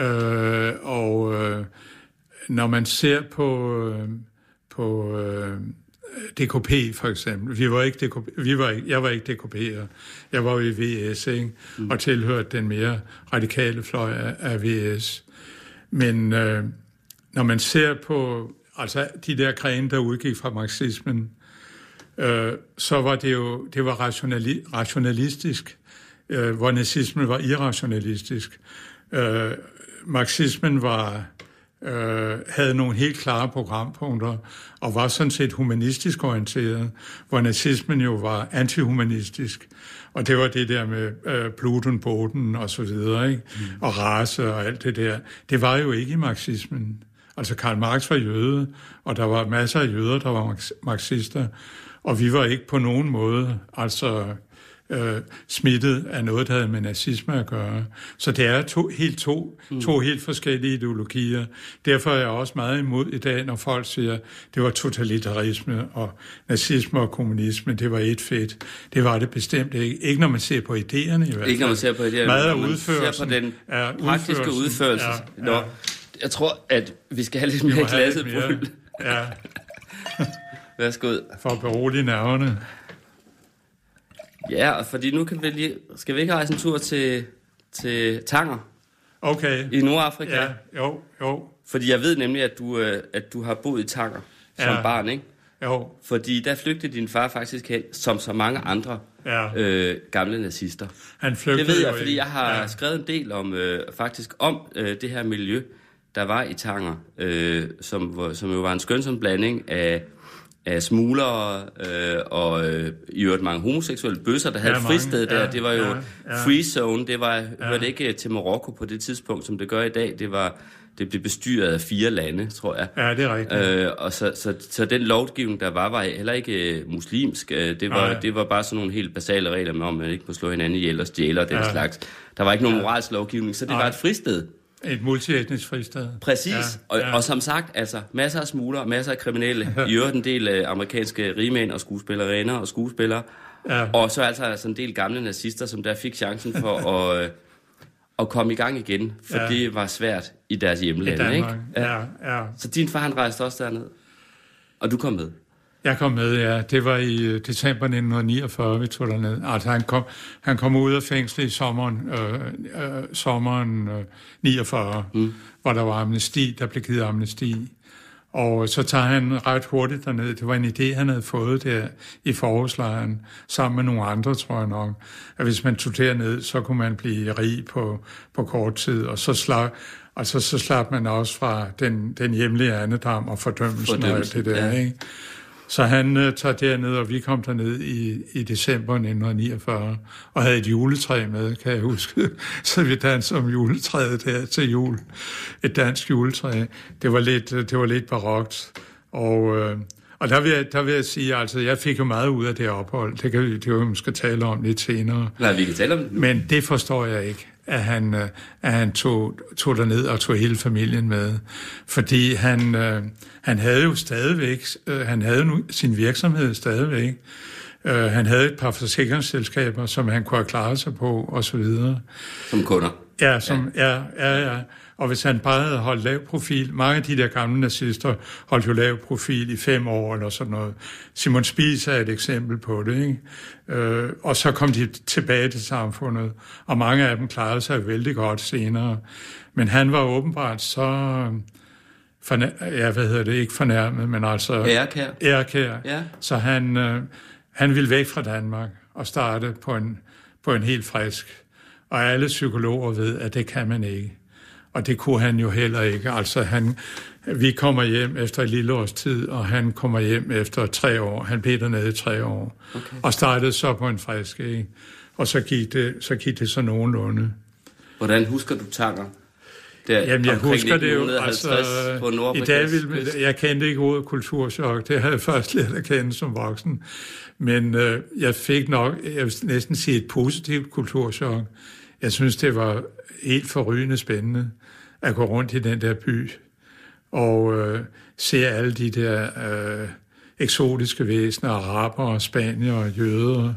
Når man ser på DKP for eksempel. Jeg var ikke DKP'er. Jeg var i VS, ikke? Og tilhørte den mere radikale fløj af VS. Men når man ser på altså de der grene, der udgik fra marxismen, så var det var rationalistisk, hvor nazismen var irrationalistisk. Marxismen havde nogle helt klare programpunkter, og var sådan set humanistisk orienteret, hvor nazismen jo var antihumanistisk. Og det var det der med Bluten, Boden og så videre, ikke? Og race og alt det der. Det var jo ikke i marxismen. Altså Karl Marx var jøde, og der var masser af jøder, der var marxister, og vi var ikke på nogen måde smittet af noget, der havde med nazisme at gøre. Så det er to helt forskellige ideologier. Derfor er jeg også meget imod i dag, når folk siger, det var totalitarisme, og nazisme og kommunisme, det var et fedt. Det var det bestemt ikke. Ikke når man ser på idéerne i hvert fald. Ikke når man ser på idéerne, meget når man ser på den praktiske udførelse. Ja. Jeg tror, at vi skal have lidt mere glasset på. Ja. Værsgo. For at berolige nerverne. Ja, fordi nu skal vi ikke rejse en tur til Tanger? Okay. I Nordafrika? Ja, jo. Fordi jeg ved nemlig, at du har boet i Tanger som barn, ikke? Jo. Fordi der flygtede din far faktisk hen, som så mange andre gamle nazister. Han flygtede. Det ved jeg, fordi jeg har skrevet en del om det her miljø, der var i Tanger, som jo var en skønsom blanding af smuglere og i øvrigt mange homoseksuelle bøsser, der havde et fristed der. Det var jo free zone. Det hørte ikke til Marokko på det tidspunkt, som det gør i dag. Det blev bestyret af 4 lande, tror jeg. Ja, det er rigtigt. Og så den lovgivning, der var heller ikke muslimsk. Det var bare sådan nogle helt basale regler om, at man ikke må slå hinanden ihjel og stjæle og den slags. Der var ikke nogen moralsk lovgivning, så det var et fristed. Et multietnisk fristed. Præcis. Og som sagt, altså masser af smuglere, masser af kriminelle. I øvrigt en del amerikanske rigmænd og skuespillerinder og skuespillere. Ja. Og så altså en del gamle nazister, som der fik chancen for at komme i gang igen. For det var svært i deres hjemland, ikke? Ja. Så din far, han rejste også derned. Og du kom med? Jeg kom med, ja. Det var i december 1949, vi tog derned. Altså, han kom ud af fængslet i sommeren 49, hvor der var amnesti, der blev givet amnesti. Og så tager han ret hurtigt derned. Det var en idé, han havde fået der i forårslejren, sammen med nogle andre, tror jeg nok. At hvis man tog derned, så kunne man blive rig på kort tid, og så slap man også fra den hjemlige andedam og fordømmelsen og alt det der, ikke? Så han tager derned, og vi kom derned i december 1949, og havde et juletræ med, kan jeg huske. Så vi dansede om juletræet der til jul. Et dansk juletræ. Det var lidt barokt. Og der vil jeg sige, altså, jeg fik jo meget ud af det ophold. Det kan vi måske tale om lidt senere. Nej, vi kan tale om det. Men det forstår jeg ikke, at han tog derned og tog hele familien med. Fordi han havde jo stadigvæk, han havde nu sin virksomhed stadigvæk. Han havde et par forsikringsselskaber, som han kunne have klaret sig på, og så videre. Som kunder? Ja. Og hvis han bare havde holdt lav profil, mange af de der gamle nazister holdt jo lav profil i 5 år eller sådan noget. Simon Spies er et eksempel på det, ikke? Og så kom de tilbage til samfundet, og mange af dem klarede sig vældig godt senere. Men han var åbenbart så, ikke fornærmet, men altså ærekær. Ja. Så han ville væk fra Danmark og starte på en helt frisk. Og alle psykologer ved, at det kan man ikke. Og det kunne han jo heller ikke. Altså vi kommer hjem efter et lille års tid, og han kommer hjem efter 3 år. Han blev dernede i 3 år. Okay. Og startede så på en frisk, ikke? Og så gik det så nogenlunde. Hvordan husker du Tanger? Jamen, jeg husker det jo. Altså, i dag jeg kendte ikke ordet kulturschok. Det havde jeg først lært at kende som voksen. Men jeg fik nok, jeg vil næsten sige, et positivt kulturschok. Jeg synes, det var helt forrygende spændende at gå rundt i den der by og se alle de der eksotiske væsener, araber, spanier og jøder,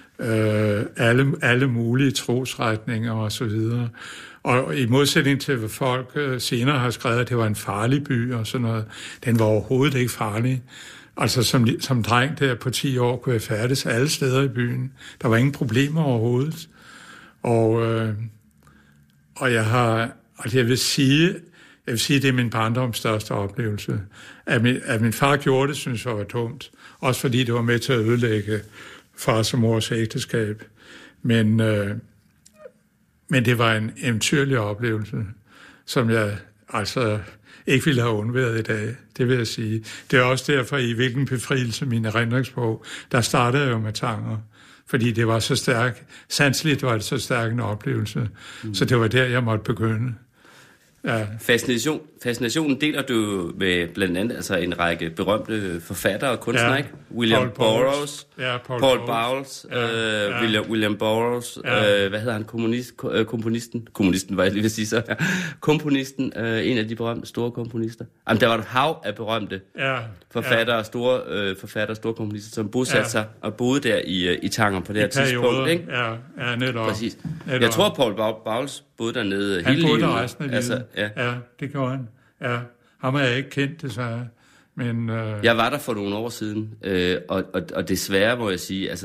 alle mulige trosretninger og så videre. Og i modsætning til, hvad folk senere har skrevet, at det var en farlig by og sådan noget, den var overhovedet ikke farlig. Altså som dreng der på 10 år kunne jeg færdes alle steder i byen. Der var ingen problemer overhovedet. Og jeg vil sige, jeg vil sige, det er min barndoms største oplevelse. At min far gjorde det, synes jeg var dumt. Også fordi det var med til at ødelægge fars og mors ægteskab. Men det var en eventyrlig oplevelse, som jeg altså ikke ville have undværet i dag, det vil jeg sige. Det er også derfor, i hvilken befrielse min erindringsbog, der startede jeg jo med Tanger, fordi det var så stærk, sanseligt var det så stærk en oplevelse, så det var der, jeg måtte begynde. Ja. Fascinationen deler du med blandt andet altså en række berømte forfattere og kunstnere, ikke? William Burroughs, Paul Bowles, William Burroughs, hvad hedder han, komponisten var jeg lige ved at sige så, komponisten, en af de berømte store komponister. Jamen, der var et hav af berømte forfattere, store komponister, som bosatte sig og boede der i Tanger på det her tidspunkt, ikke? Ja, netop. Præcis. Jeg tror, Paul Bowles boede dernede hele livet. Han boede der resten af livet. Ja, det gjorde han. Ja, ham har jeg ikke kendt, desværre. Men, Jeg var der for nogle år siden, og desværre må jeg sige, altså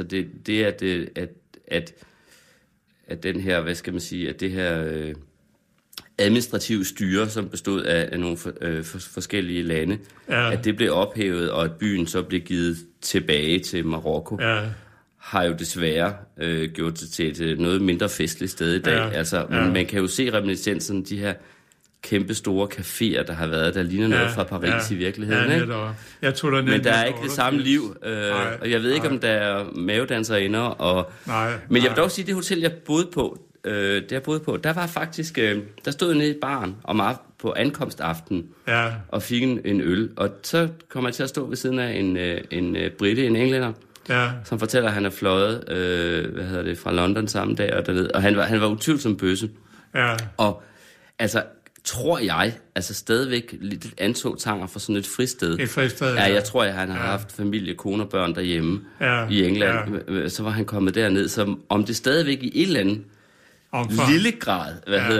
at den her, hvad skal man sige, at det her administrative styre, som bestod af nogle forskellige lande, at det blev ophævet, og at byen så blev givet tilbage til Marokko, har jo desværre gjort det til et noget mindre festligt sted i dag. Men man kan jo se reminiscensen, de her kæmpe store caféer, der har været, der ligner noget fra Paris i virkeligheden. Ikke? Jeg tog der men der er ikke det samme liv, og jeg ved ikke, om der er mavedanserinder. Men jeg vil dog sige, det hotel, jeg boede på, der var faktisk, der stod nede i baren på ankomstaften og fik en øl, og så kom jeg til at stå ved siden af en brite, en englænder, som fortæller, at han er fløjet fra London samme dag og dernede, og han var utvivlsomt bøsse. Og altså, tror jeg, altså stadigvæk lidt antog Tanger for sådan et fristed. Et fristed, jeg tror, at han har haft familie, kone og børn derhjemme i England. Så var han kommet derned, så om det stadigvæk i et eller andet lille grad,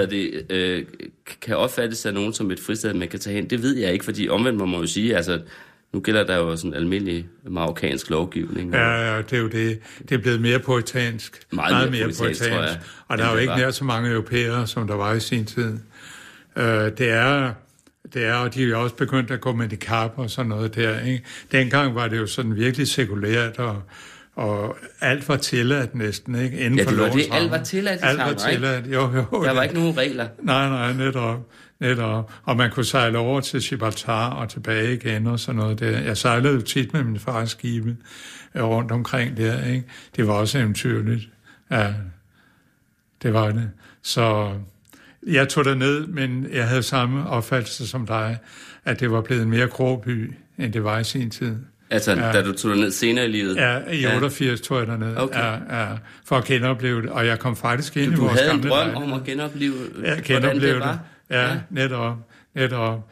kan opfattes af nogen som et fristed, man kan tage hen, det ved jeg ikke, fordi omvendt må jo sige, altså, nu gælder der jo sådan en almindelig marokkansk lovgivning. Ja, det er jo det. Det er blevet mere puritansk. Meget mere puritansk, tror jeg. Og der er jo ikke nær så mange europæere, som der var i sin tid. Det er, og de er jo også begyndt at gå med niqab og sådan noget der, ikke? Dengang var det jo sådan virkelig sekulært, og alt var tilladt næsten, ikke? Inden for lovens det, alt var tilladt i Alt var tilladt, jo. Der var ikke nogen regler. Nej, netop. Og man kunne sejle over til Gibraltar og tilbage igen og sådan noget der. Jeg sejlede jo tit med min fars skibe rundt omkring der, ikke? Det var også eventyrligt. Ja, det var det. Så jeg tog derned, men jeg havde samme opfattelse som dig, at det var blevet en mere grå by, end det var i sin tid. Altså, da du tog derned senere i livet? Ja, i 88 tog jeg derned, for at genopleve det, og jeg kom faktisk ind i vores gamle Du havde en drøm om at genopleve, hvordan det var? Ja, netop.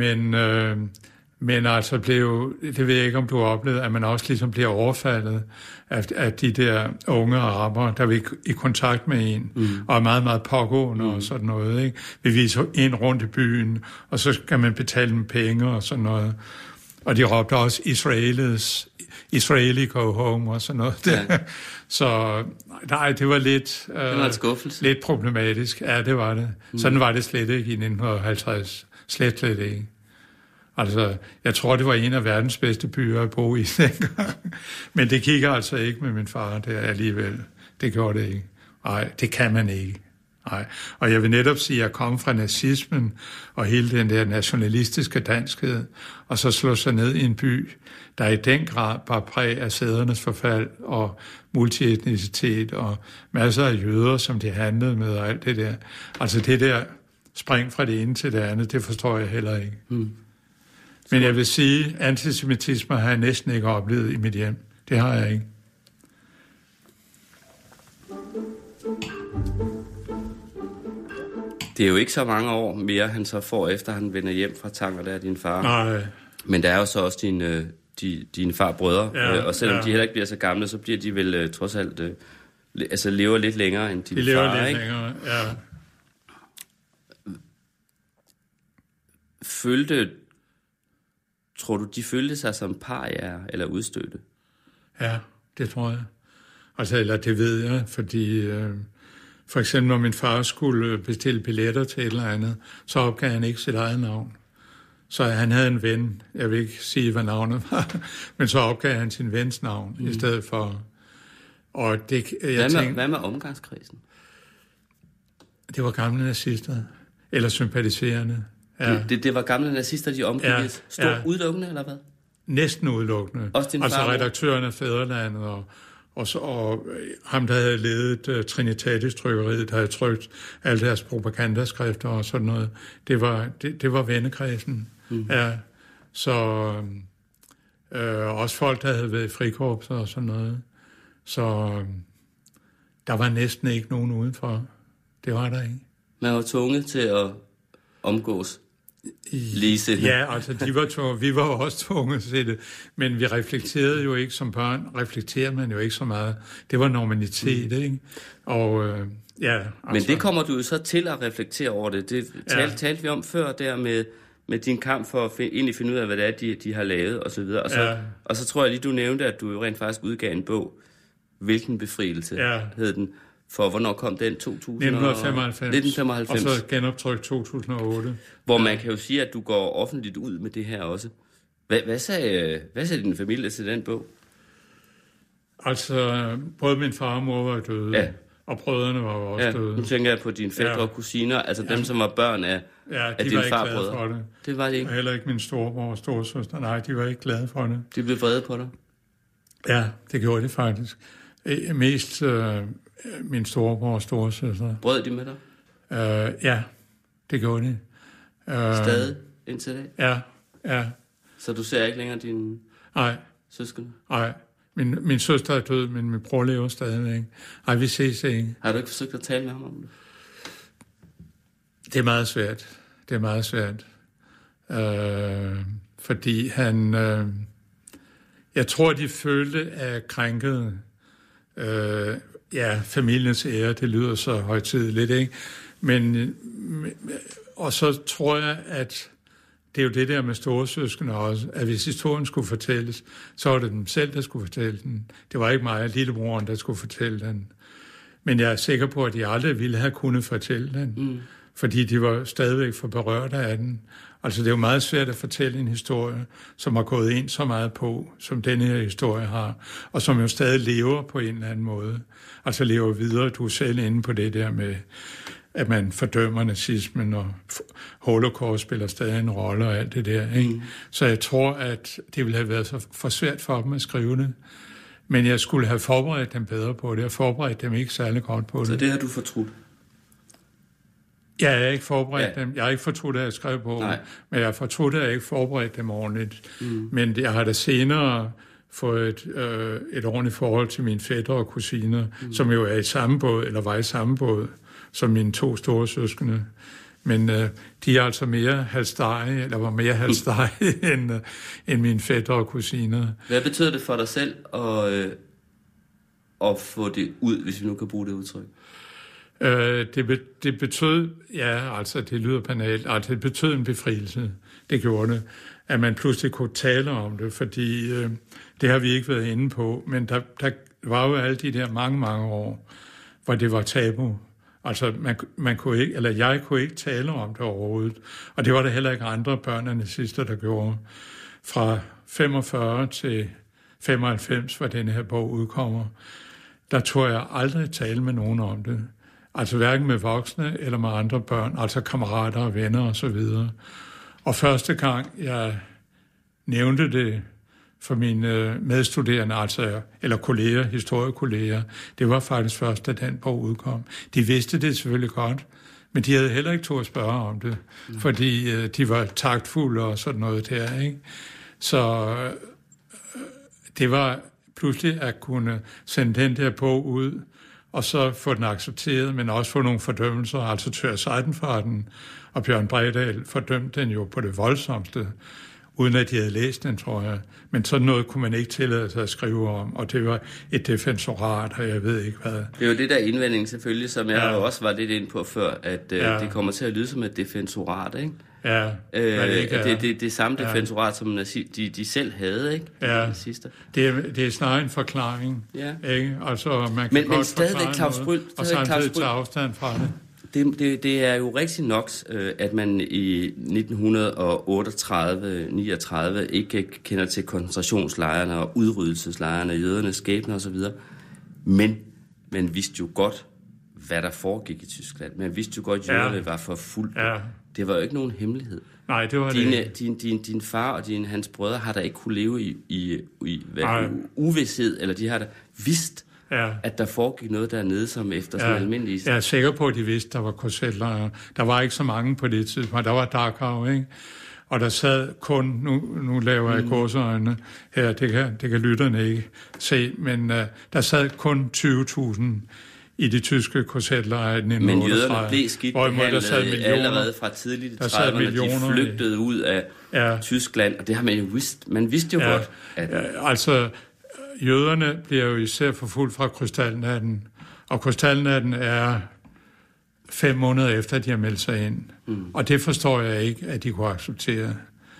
Men altså det ved jeg ikke, om du har oplevet, at man også ligesom bliver overfaldet af de der unge araber, der vil i kontakt med en, og er meget, meget pågående og sådan noget, ikke? Vi viser en rundt i byen, og så skal man betale dem penge og sådan noget. Og de råbte også Israeli go home og sådan noget. Ja. Så nej, det var lidt, lidt problematisk. Ja, det var det. Sådan var det slet ikke i 1950. Slet ikke. Altså, jeg tror, det var en af verdens bedste byer at bo i dengang. Men det kigger altså ikke med min far der alligevel. Det gjorde det ikke. Nej, det kan man ikke. Nej. Og jeg vil netop sige, at jeg kom fra nazismen og hele den der nationalistiske danskhed, og så slå sig ned i en by, der i den grad var præg af sædernes forfald og multietnicitet og masser af jøder, som de handlede med og alt det der. Altså det der spring fra det ene til det andet, det forstår jeg heller ikke. Men jeg vil sige, at antisemitisme har jeg næsten ikke oplevet i mit hjem. Det har jeg ikke. Det er jo ikke så mange år mere, han så får, efter han vender hjem fra Tanger, der er din far. Nej. Men der er jo så også dine farbrødre, og selvom de heller ikke bliver så gamle, så bliver de vel trods alt, altså lever lidt længere end din far, ikke? De lever lidt længere, ja. Tror du, de følte sig som parier eller udstødte? Ja, det tror jeg. Altså, eller det ved jeg, fordi For eksempel, når min far skulle bestille billetter til et eller andet, så opgav han ikke sit eget navn. Så han havde en ven, jeg vil ikke sige, hvad navnet var, men så opgav han sin vens navn i stedet for. Og det, hvad med omgangskredsen? Det var gamle nazister, eller sympatiserende. Ja. Det var gamle nazister, de omgik udelukkende, eller hvad? Næsten udelukkende. Altså redaktøren af Fædrelandet, og ham, der havde ledet Trinitatis-trykkeriet, der havde trykt alle deres propagandaskrifter og sådan noget. Det var vennekredsen. Ja. Så også folk, der havde været i frikorpser og sådan noget. Så der var næsten ikke nogen udenfor. Det var der ikke. Man var tvunget til at omgås ligesindede. Ja, altså vi var jo også tvunget til det, men vi reflekterede jo ikke som børn, reflekterer man jo ikke så meget. Det var normalitet, ikke? Og altså. Men det kommer du jo så til at reflektere over det. Det talte vi om før der med din kamp for at finde ud af, hvad det er, de har lavet og så videre. Og så tror jeg lige, du nævnte, at du jo rent faktisk udgav en bog. Hvilken befrielse hed den? For hvornår kom den? 1995. Og så genoptrykt 2008. Hvor man kan jo sige, at du går offentligt ud med det her også. Hvad sagde din familie til den bog? Altså, både min far og mor var døde, og brødrene var jo også døde. Nu tænker jeg på dine fædre og kusiner, altså dem, som var børn af dine farbrødre. For det. Det var de ikke? Og heller ikke min storebror og storesøster. Nej, de var ikke glade for det. De blev vrede på dig? Ja, det gjorde de faktisk. Mest min storebror og storesøster. Brød de med dig? Ja, det gjorde de. Stadig indtil dag? Ja. Så du ser ikke længere dine søskende? Nej. Min søster er død, men min bror lever stadigvæk. Nej, vi ses ikke. Har du ikke forsøgt at tale med ham om det? Det er meget svært. Fordi han... jeg tror, de følte af krænket... familiens ære, det lyder så højtideligt, ikke? Men og så tror jeg, at det er jo det der med storesøskende også, at hvis historien skulle fortælles, så var det dem selv, der skulle fortælle den. Det var ikke mig, lillebroren, der skulle fortælle den. Men jeg er sikker på, at de aldrig ville have kunnet fortælle den, fordi de var stadigvæk for berørte af den. Altså det er jo meget svært at fortælle en historie, som har gået ind så meget på, som denne her historie har, og som jo stadig lever på en eller anden måde. Altså lever videre. Du er selv inde på det der med, at man fordømmer nazismen, og holocaust spiller stadig en rolle og alt det der. Ikke? Så jeg tror, at det ville have været for svært for dem at skrive det. Men jeg skulle have forberedt dem bedre på det. Jeg forberedt dem ikke særlig godt på det. Så det har du fortrudt? Ja, jeg har ikke forberedt dem. Jeg har ikke fortrudt, at jeg skrev på, men jeg har fortrudt, at jeg ikke forberedt dem ordentligt. Men jeg har da senere fået et ordentligt forhold til mine fætre og kusiner, som jo er i samme båd, eller var i samme båd, som mine 2 store søskende. Men de er altså mere halvstarrige, eller var mere halvstarrige end mine fætre og kusiner. Hvad betyder det for dig selv at få det ud, hvis vi nu kan bruge det udtryk? Det betød, det lyder banalt, altså det betød en befrielse. Det gjorde det, at man pludselig kunne tale om det, fordi det har vi ikke været inde på, men der var jo alle de der mange år, hvor det var tabu. Altså man kunne ikke, eller jeg kunne ikke tale om det overhovedet, og det var der heller ikke andre børn af nazister, der gjorde. Fra 45 til 95, hvor denne her bog udkommer, der tog jeg aldrig tale med nogen om det. Altså hverken med voksne eller med andre børn, altså kammerater og venner og så videre. Og første gang jeg nævnte det for mine medstuderende, eller kolleger, historiekolleger, det var faktisk først, da den bog udkom. De vidste det selvfølgelig godt, men de havde heller ikke turde at spørge om det, fordi de var taktfulde og sådan noget der, ikke? Så det var pludselig at kunne sende den der bog ud, og så få den accepteret, men også få nogle fordømmelser, altså Thøger Seidenfarten og Bjørn Bredal fordømte den jo på det voldsomste, uden at de havde læst den, tror jeg. Men sådan noget kunne man ikke tillade sig at skrive om, og det var et defensorat, og jeg ved ikke hvad. Det er jo det der indvending selvfølgelig, som jeg også var lidt inde på før, at det kommer til at lyde som et defensorat, ikke? Ja, det samme defensorat, som de selv havde, ikke? Ja, det er snarere en forklaring, ikke? Altså, man kan godt stadigvæk Claus Bryl, og samtidig tage afstand fra det. Det er jo rigtig nok, at man i 1938-39 ikke kender til koncentrationslejrene og udryddelseslejrene, jødernes skæbner osv., men man vidste jo godt, hvad der foregik i Tyskland. Man vidste jo godt, at jøderne var forfulgt. Ja. Det var jo ikke nogen hemmelighed. Nej, det var din far og hans brødre har da ikke kunne leve i uvidshed, eller de har da vidst, at der foregik noget dernede, som efter sådan almindelige... Jeg er sikker på, at de vidste, der var korsetlejre. Der var ikke så mange på det tidspunkt. Der var Dachau, ikke? Og der sad kun... Nu laver jeg gåseøjne her, det kan lytterne ikke se, men der sad kun 20.000 i de tyske korsetlejre i 1938. Men jøderne blev skidt behandlet allerede fra tidligt i 30'erne. De flygtede ud af Tyskland, og det har man jo vidst. Man vidste jo godt, at... altså, jøderne bliver jo især forfulgt fra krystalnatten, og krystalnatten er 5 måneder efter, at de har meldt sig ind. Og det forstår jeg ikke, at de kunne acceptere.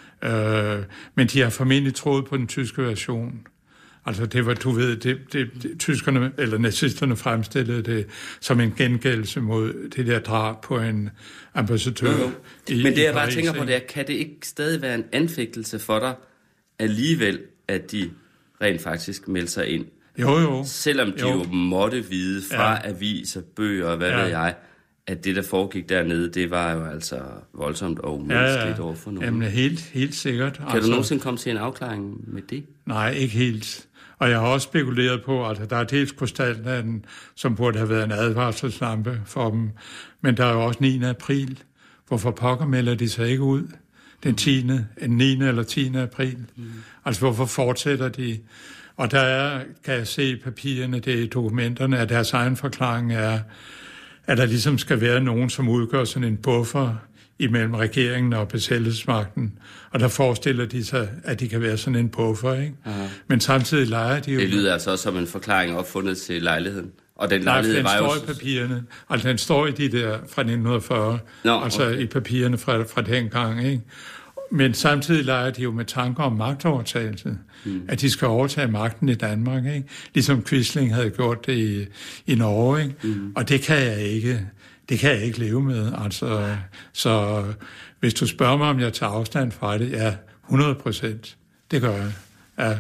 Men de har formentlig troet på den tyske version. Altså det var, du ved, tyskerne eller nazisterne fremstillede det som en gengældelse mod det der drab på en ambassadør. Men det jeg bare tænker på, det er, kan det ikke stadig være en anfægtelse for dig alligevel, at de rent faktisk meldte sig ind? Jo. Selvom de jo måtte vide fra aviser, bøger og hvad ved jeg, at det, der foregik dernede, det var jo altså voldsomt og umenneskeligt overfor nogen. Jamen helt sikkert. Kan du nogensinde komme til en afklaring med det? Nej, ikke helt. Og jeg har også spekuleret på, at der er dels krystalnatten, som burde have været en advarselslampe for dem, men der er jo også 9. april. Hvorfor pokker melder de sig ikke ud den 9. eller 10. april? Altså, hvorfor fortsætter de? Og der er, kan jeg se i papirerne, det er i dokumenterne, at deres egen forklaring er, at der ligesom skal være nogen, som udgør sådan en buffer imellem regeringen og besættelsesmagten. Og der forestiller de sig, at de kan være sådan en buffer, ikke? Aha. Men samtidig leger de jo... Det lyder altså også som en forklaring opfundet til lejligheden. Og den lejlighed var jo... den står i papirerne. Altså, den står i de der fra 1940. Altså i papirerne fra dengang, ikke? Men samtidig leger de jo med tanker om magtovertagelse. At de skal overtage magten i Danmark, ikke? Ligesom Quisling havde gjort det i Norge, ikke? Og det kan jeg ikke leve med. Altså, så hvis du spørger mig, om jeg tager afstand fra det, 100%. Det gør jeg. Ja.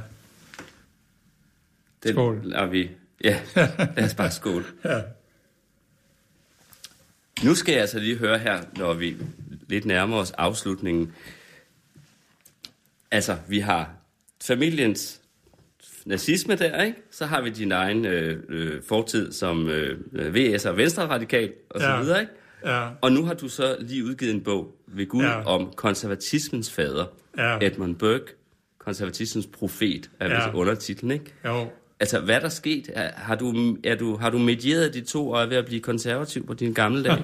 Skål. Ja, lad os bare skål. Ja. Nu skal jeg altså lige høre her, når vi lidt nærmer os afslutningen. Altså, vi har familiens nazisme der, ikke? Så har vi din egen fortid som VS og Venstre-radikal og så videre, ikke? Ja. Og nu har du så lige udgivet en bog ved Gud om konservatismens fader, Edmund Burke, konservatismens profet, er undertitlen, ikke? Jo. Altså, hvad er der sket? Har du medieret de 2 og er ved at blive konservativ på dine gamle dage?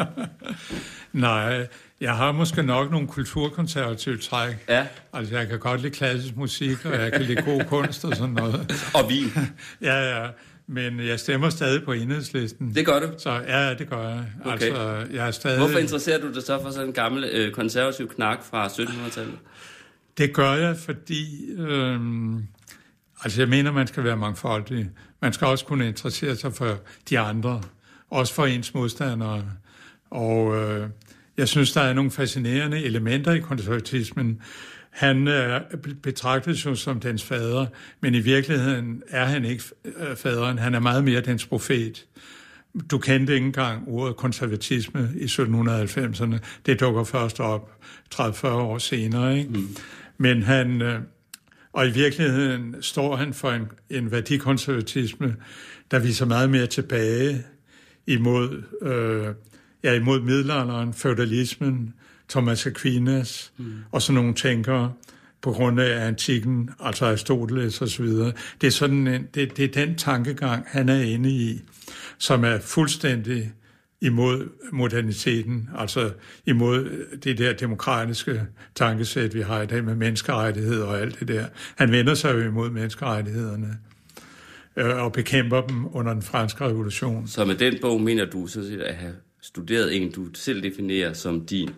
Nej, jeg har måske nok nogle kulturkonservative træk. Ja. Altså, jeg kan godt lide klassisk musik, og jeg kan lide god kunst og sådan noget. Og vin. Ja. Men jeg stemmer stadig på Enhedslisten. Det gør du? Så ja, det gør jeg. Okay. Altså, jeg er stadig... Hvorfor interesserer du dig så for sådan en gammel konservativ knak fra 1700-tallet? Det gør jeg, fordi... Altså, jeg mener, man skal være mangfoldig. Man skal også kunne interessere sig for de andre. Også for ens modstandere. Og jeg synes, der er nogle fascinerende elementer i konservatismen. Han betragtes jo som dens fader, men i virkeligheden er han ikke faderen. Han er meget mere dens profet. Du kendte ikke engang ordet konservatisme i 1790'erne. Det dukker først op 30-40 år senere, ikke? Men han... Og i virkeligheden står han for en værdikonservatisme, der viser meget mere tilbage imod middelalderen, feudalismen, Thomas Aquinas og sådan nogle tænkere på grund af antikken, altså Aristoteles og så videre. Det er sådan det er den tankegang, han er inde i, som er fuldstændig imod moderniteten, altså imod det der demokratiske tankesæt, vi har i dag med menneskerettigheder og alt det der. Han vender sig jo imod menneskerettighederne og bekæmper dem under den franske revolution. Så med den bog mener du så set at have studeret en, du selv definerer som din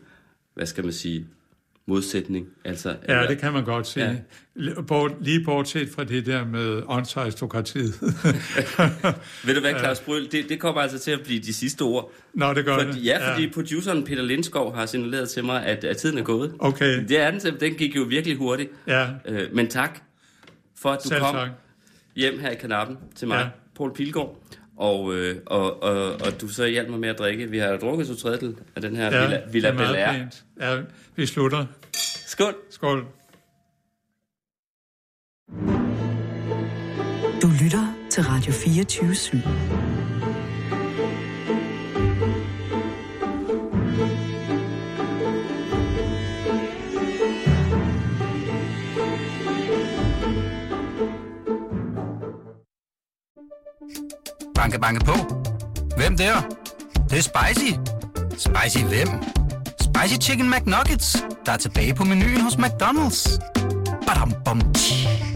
hvad skal man sige, modsætning. Altså, ja, det kan man godt sige. Ja. Lige bortset fra det der med åndsaristokratiet. Ved du hvad, Claus Bryl, det kommer altså til at blive de sidste ord. Nå, det gør det. Ja, fordi produceren Peter Lindskov har signaleret til mig, at tiden er gået. Okay. Det er den gik jo virkelig hurtigt. Ja. Men tak for, at du selv kom tak. Hjem her i Karnappen til mig, Poul Pilgaard. Og du så hjalp mig med at drikke. Vi har drukket 2/3 af den her Villa Bel Air. Ja, vi slutter. Skål. Skål. Du lytter til Radio 24/7. Banke, banke på. Hvem der? Det er spicy. Spicy hvem? Spicy Chicken McNuggets, der er tilbage på menuen hos McDonald's. Badum, bom, tji.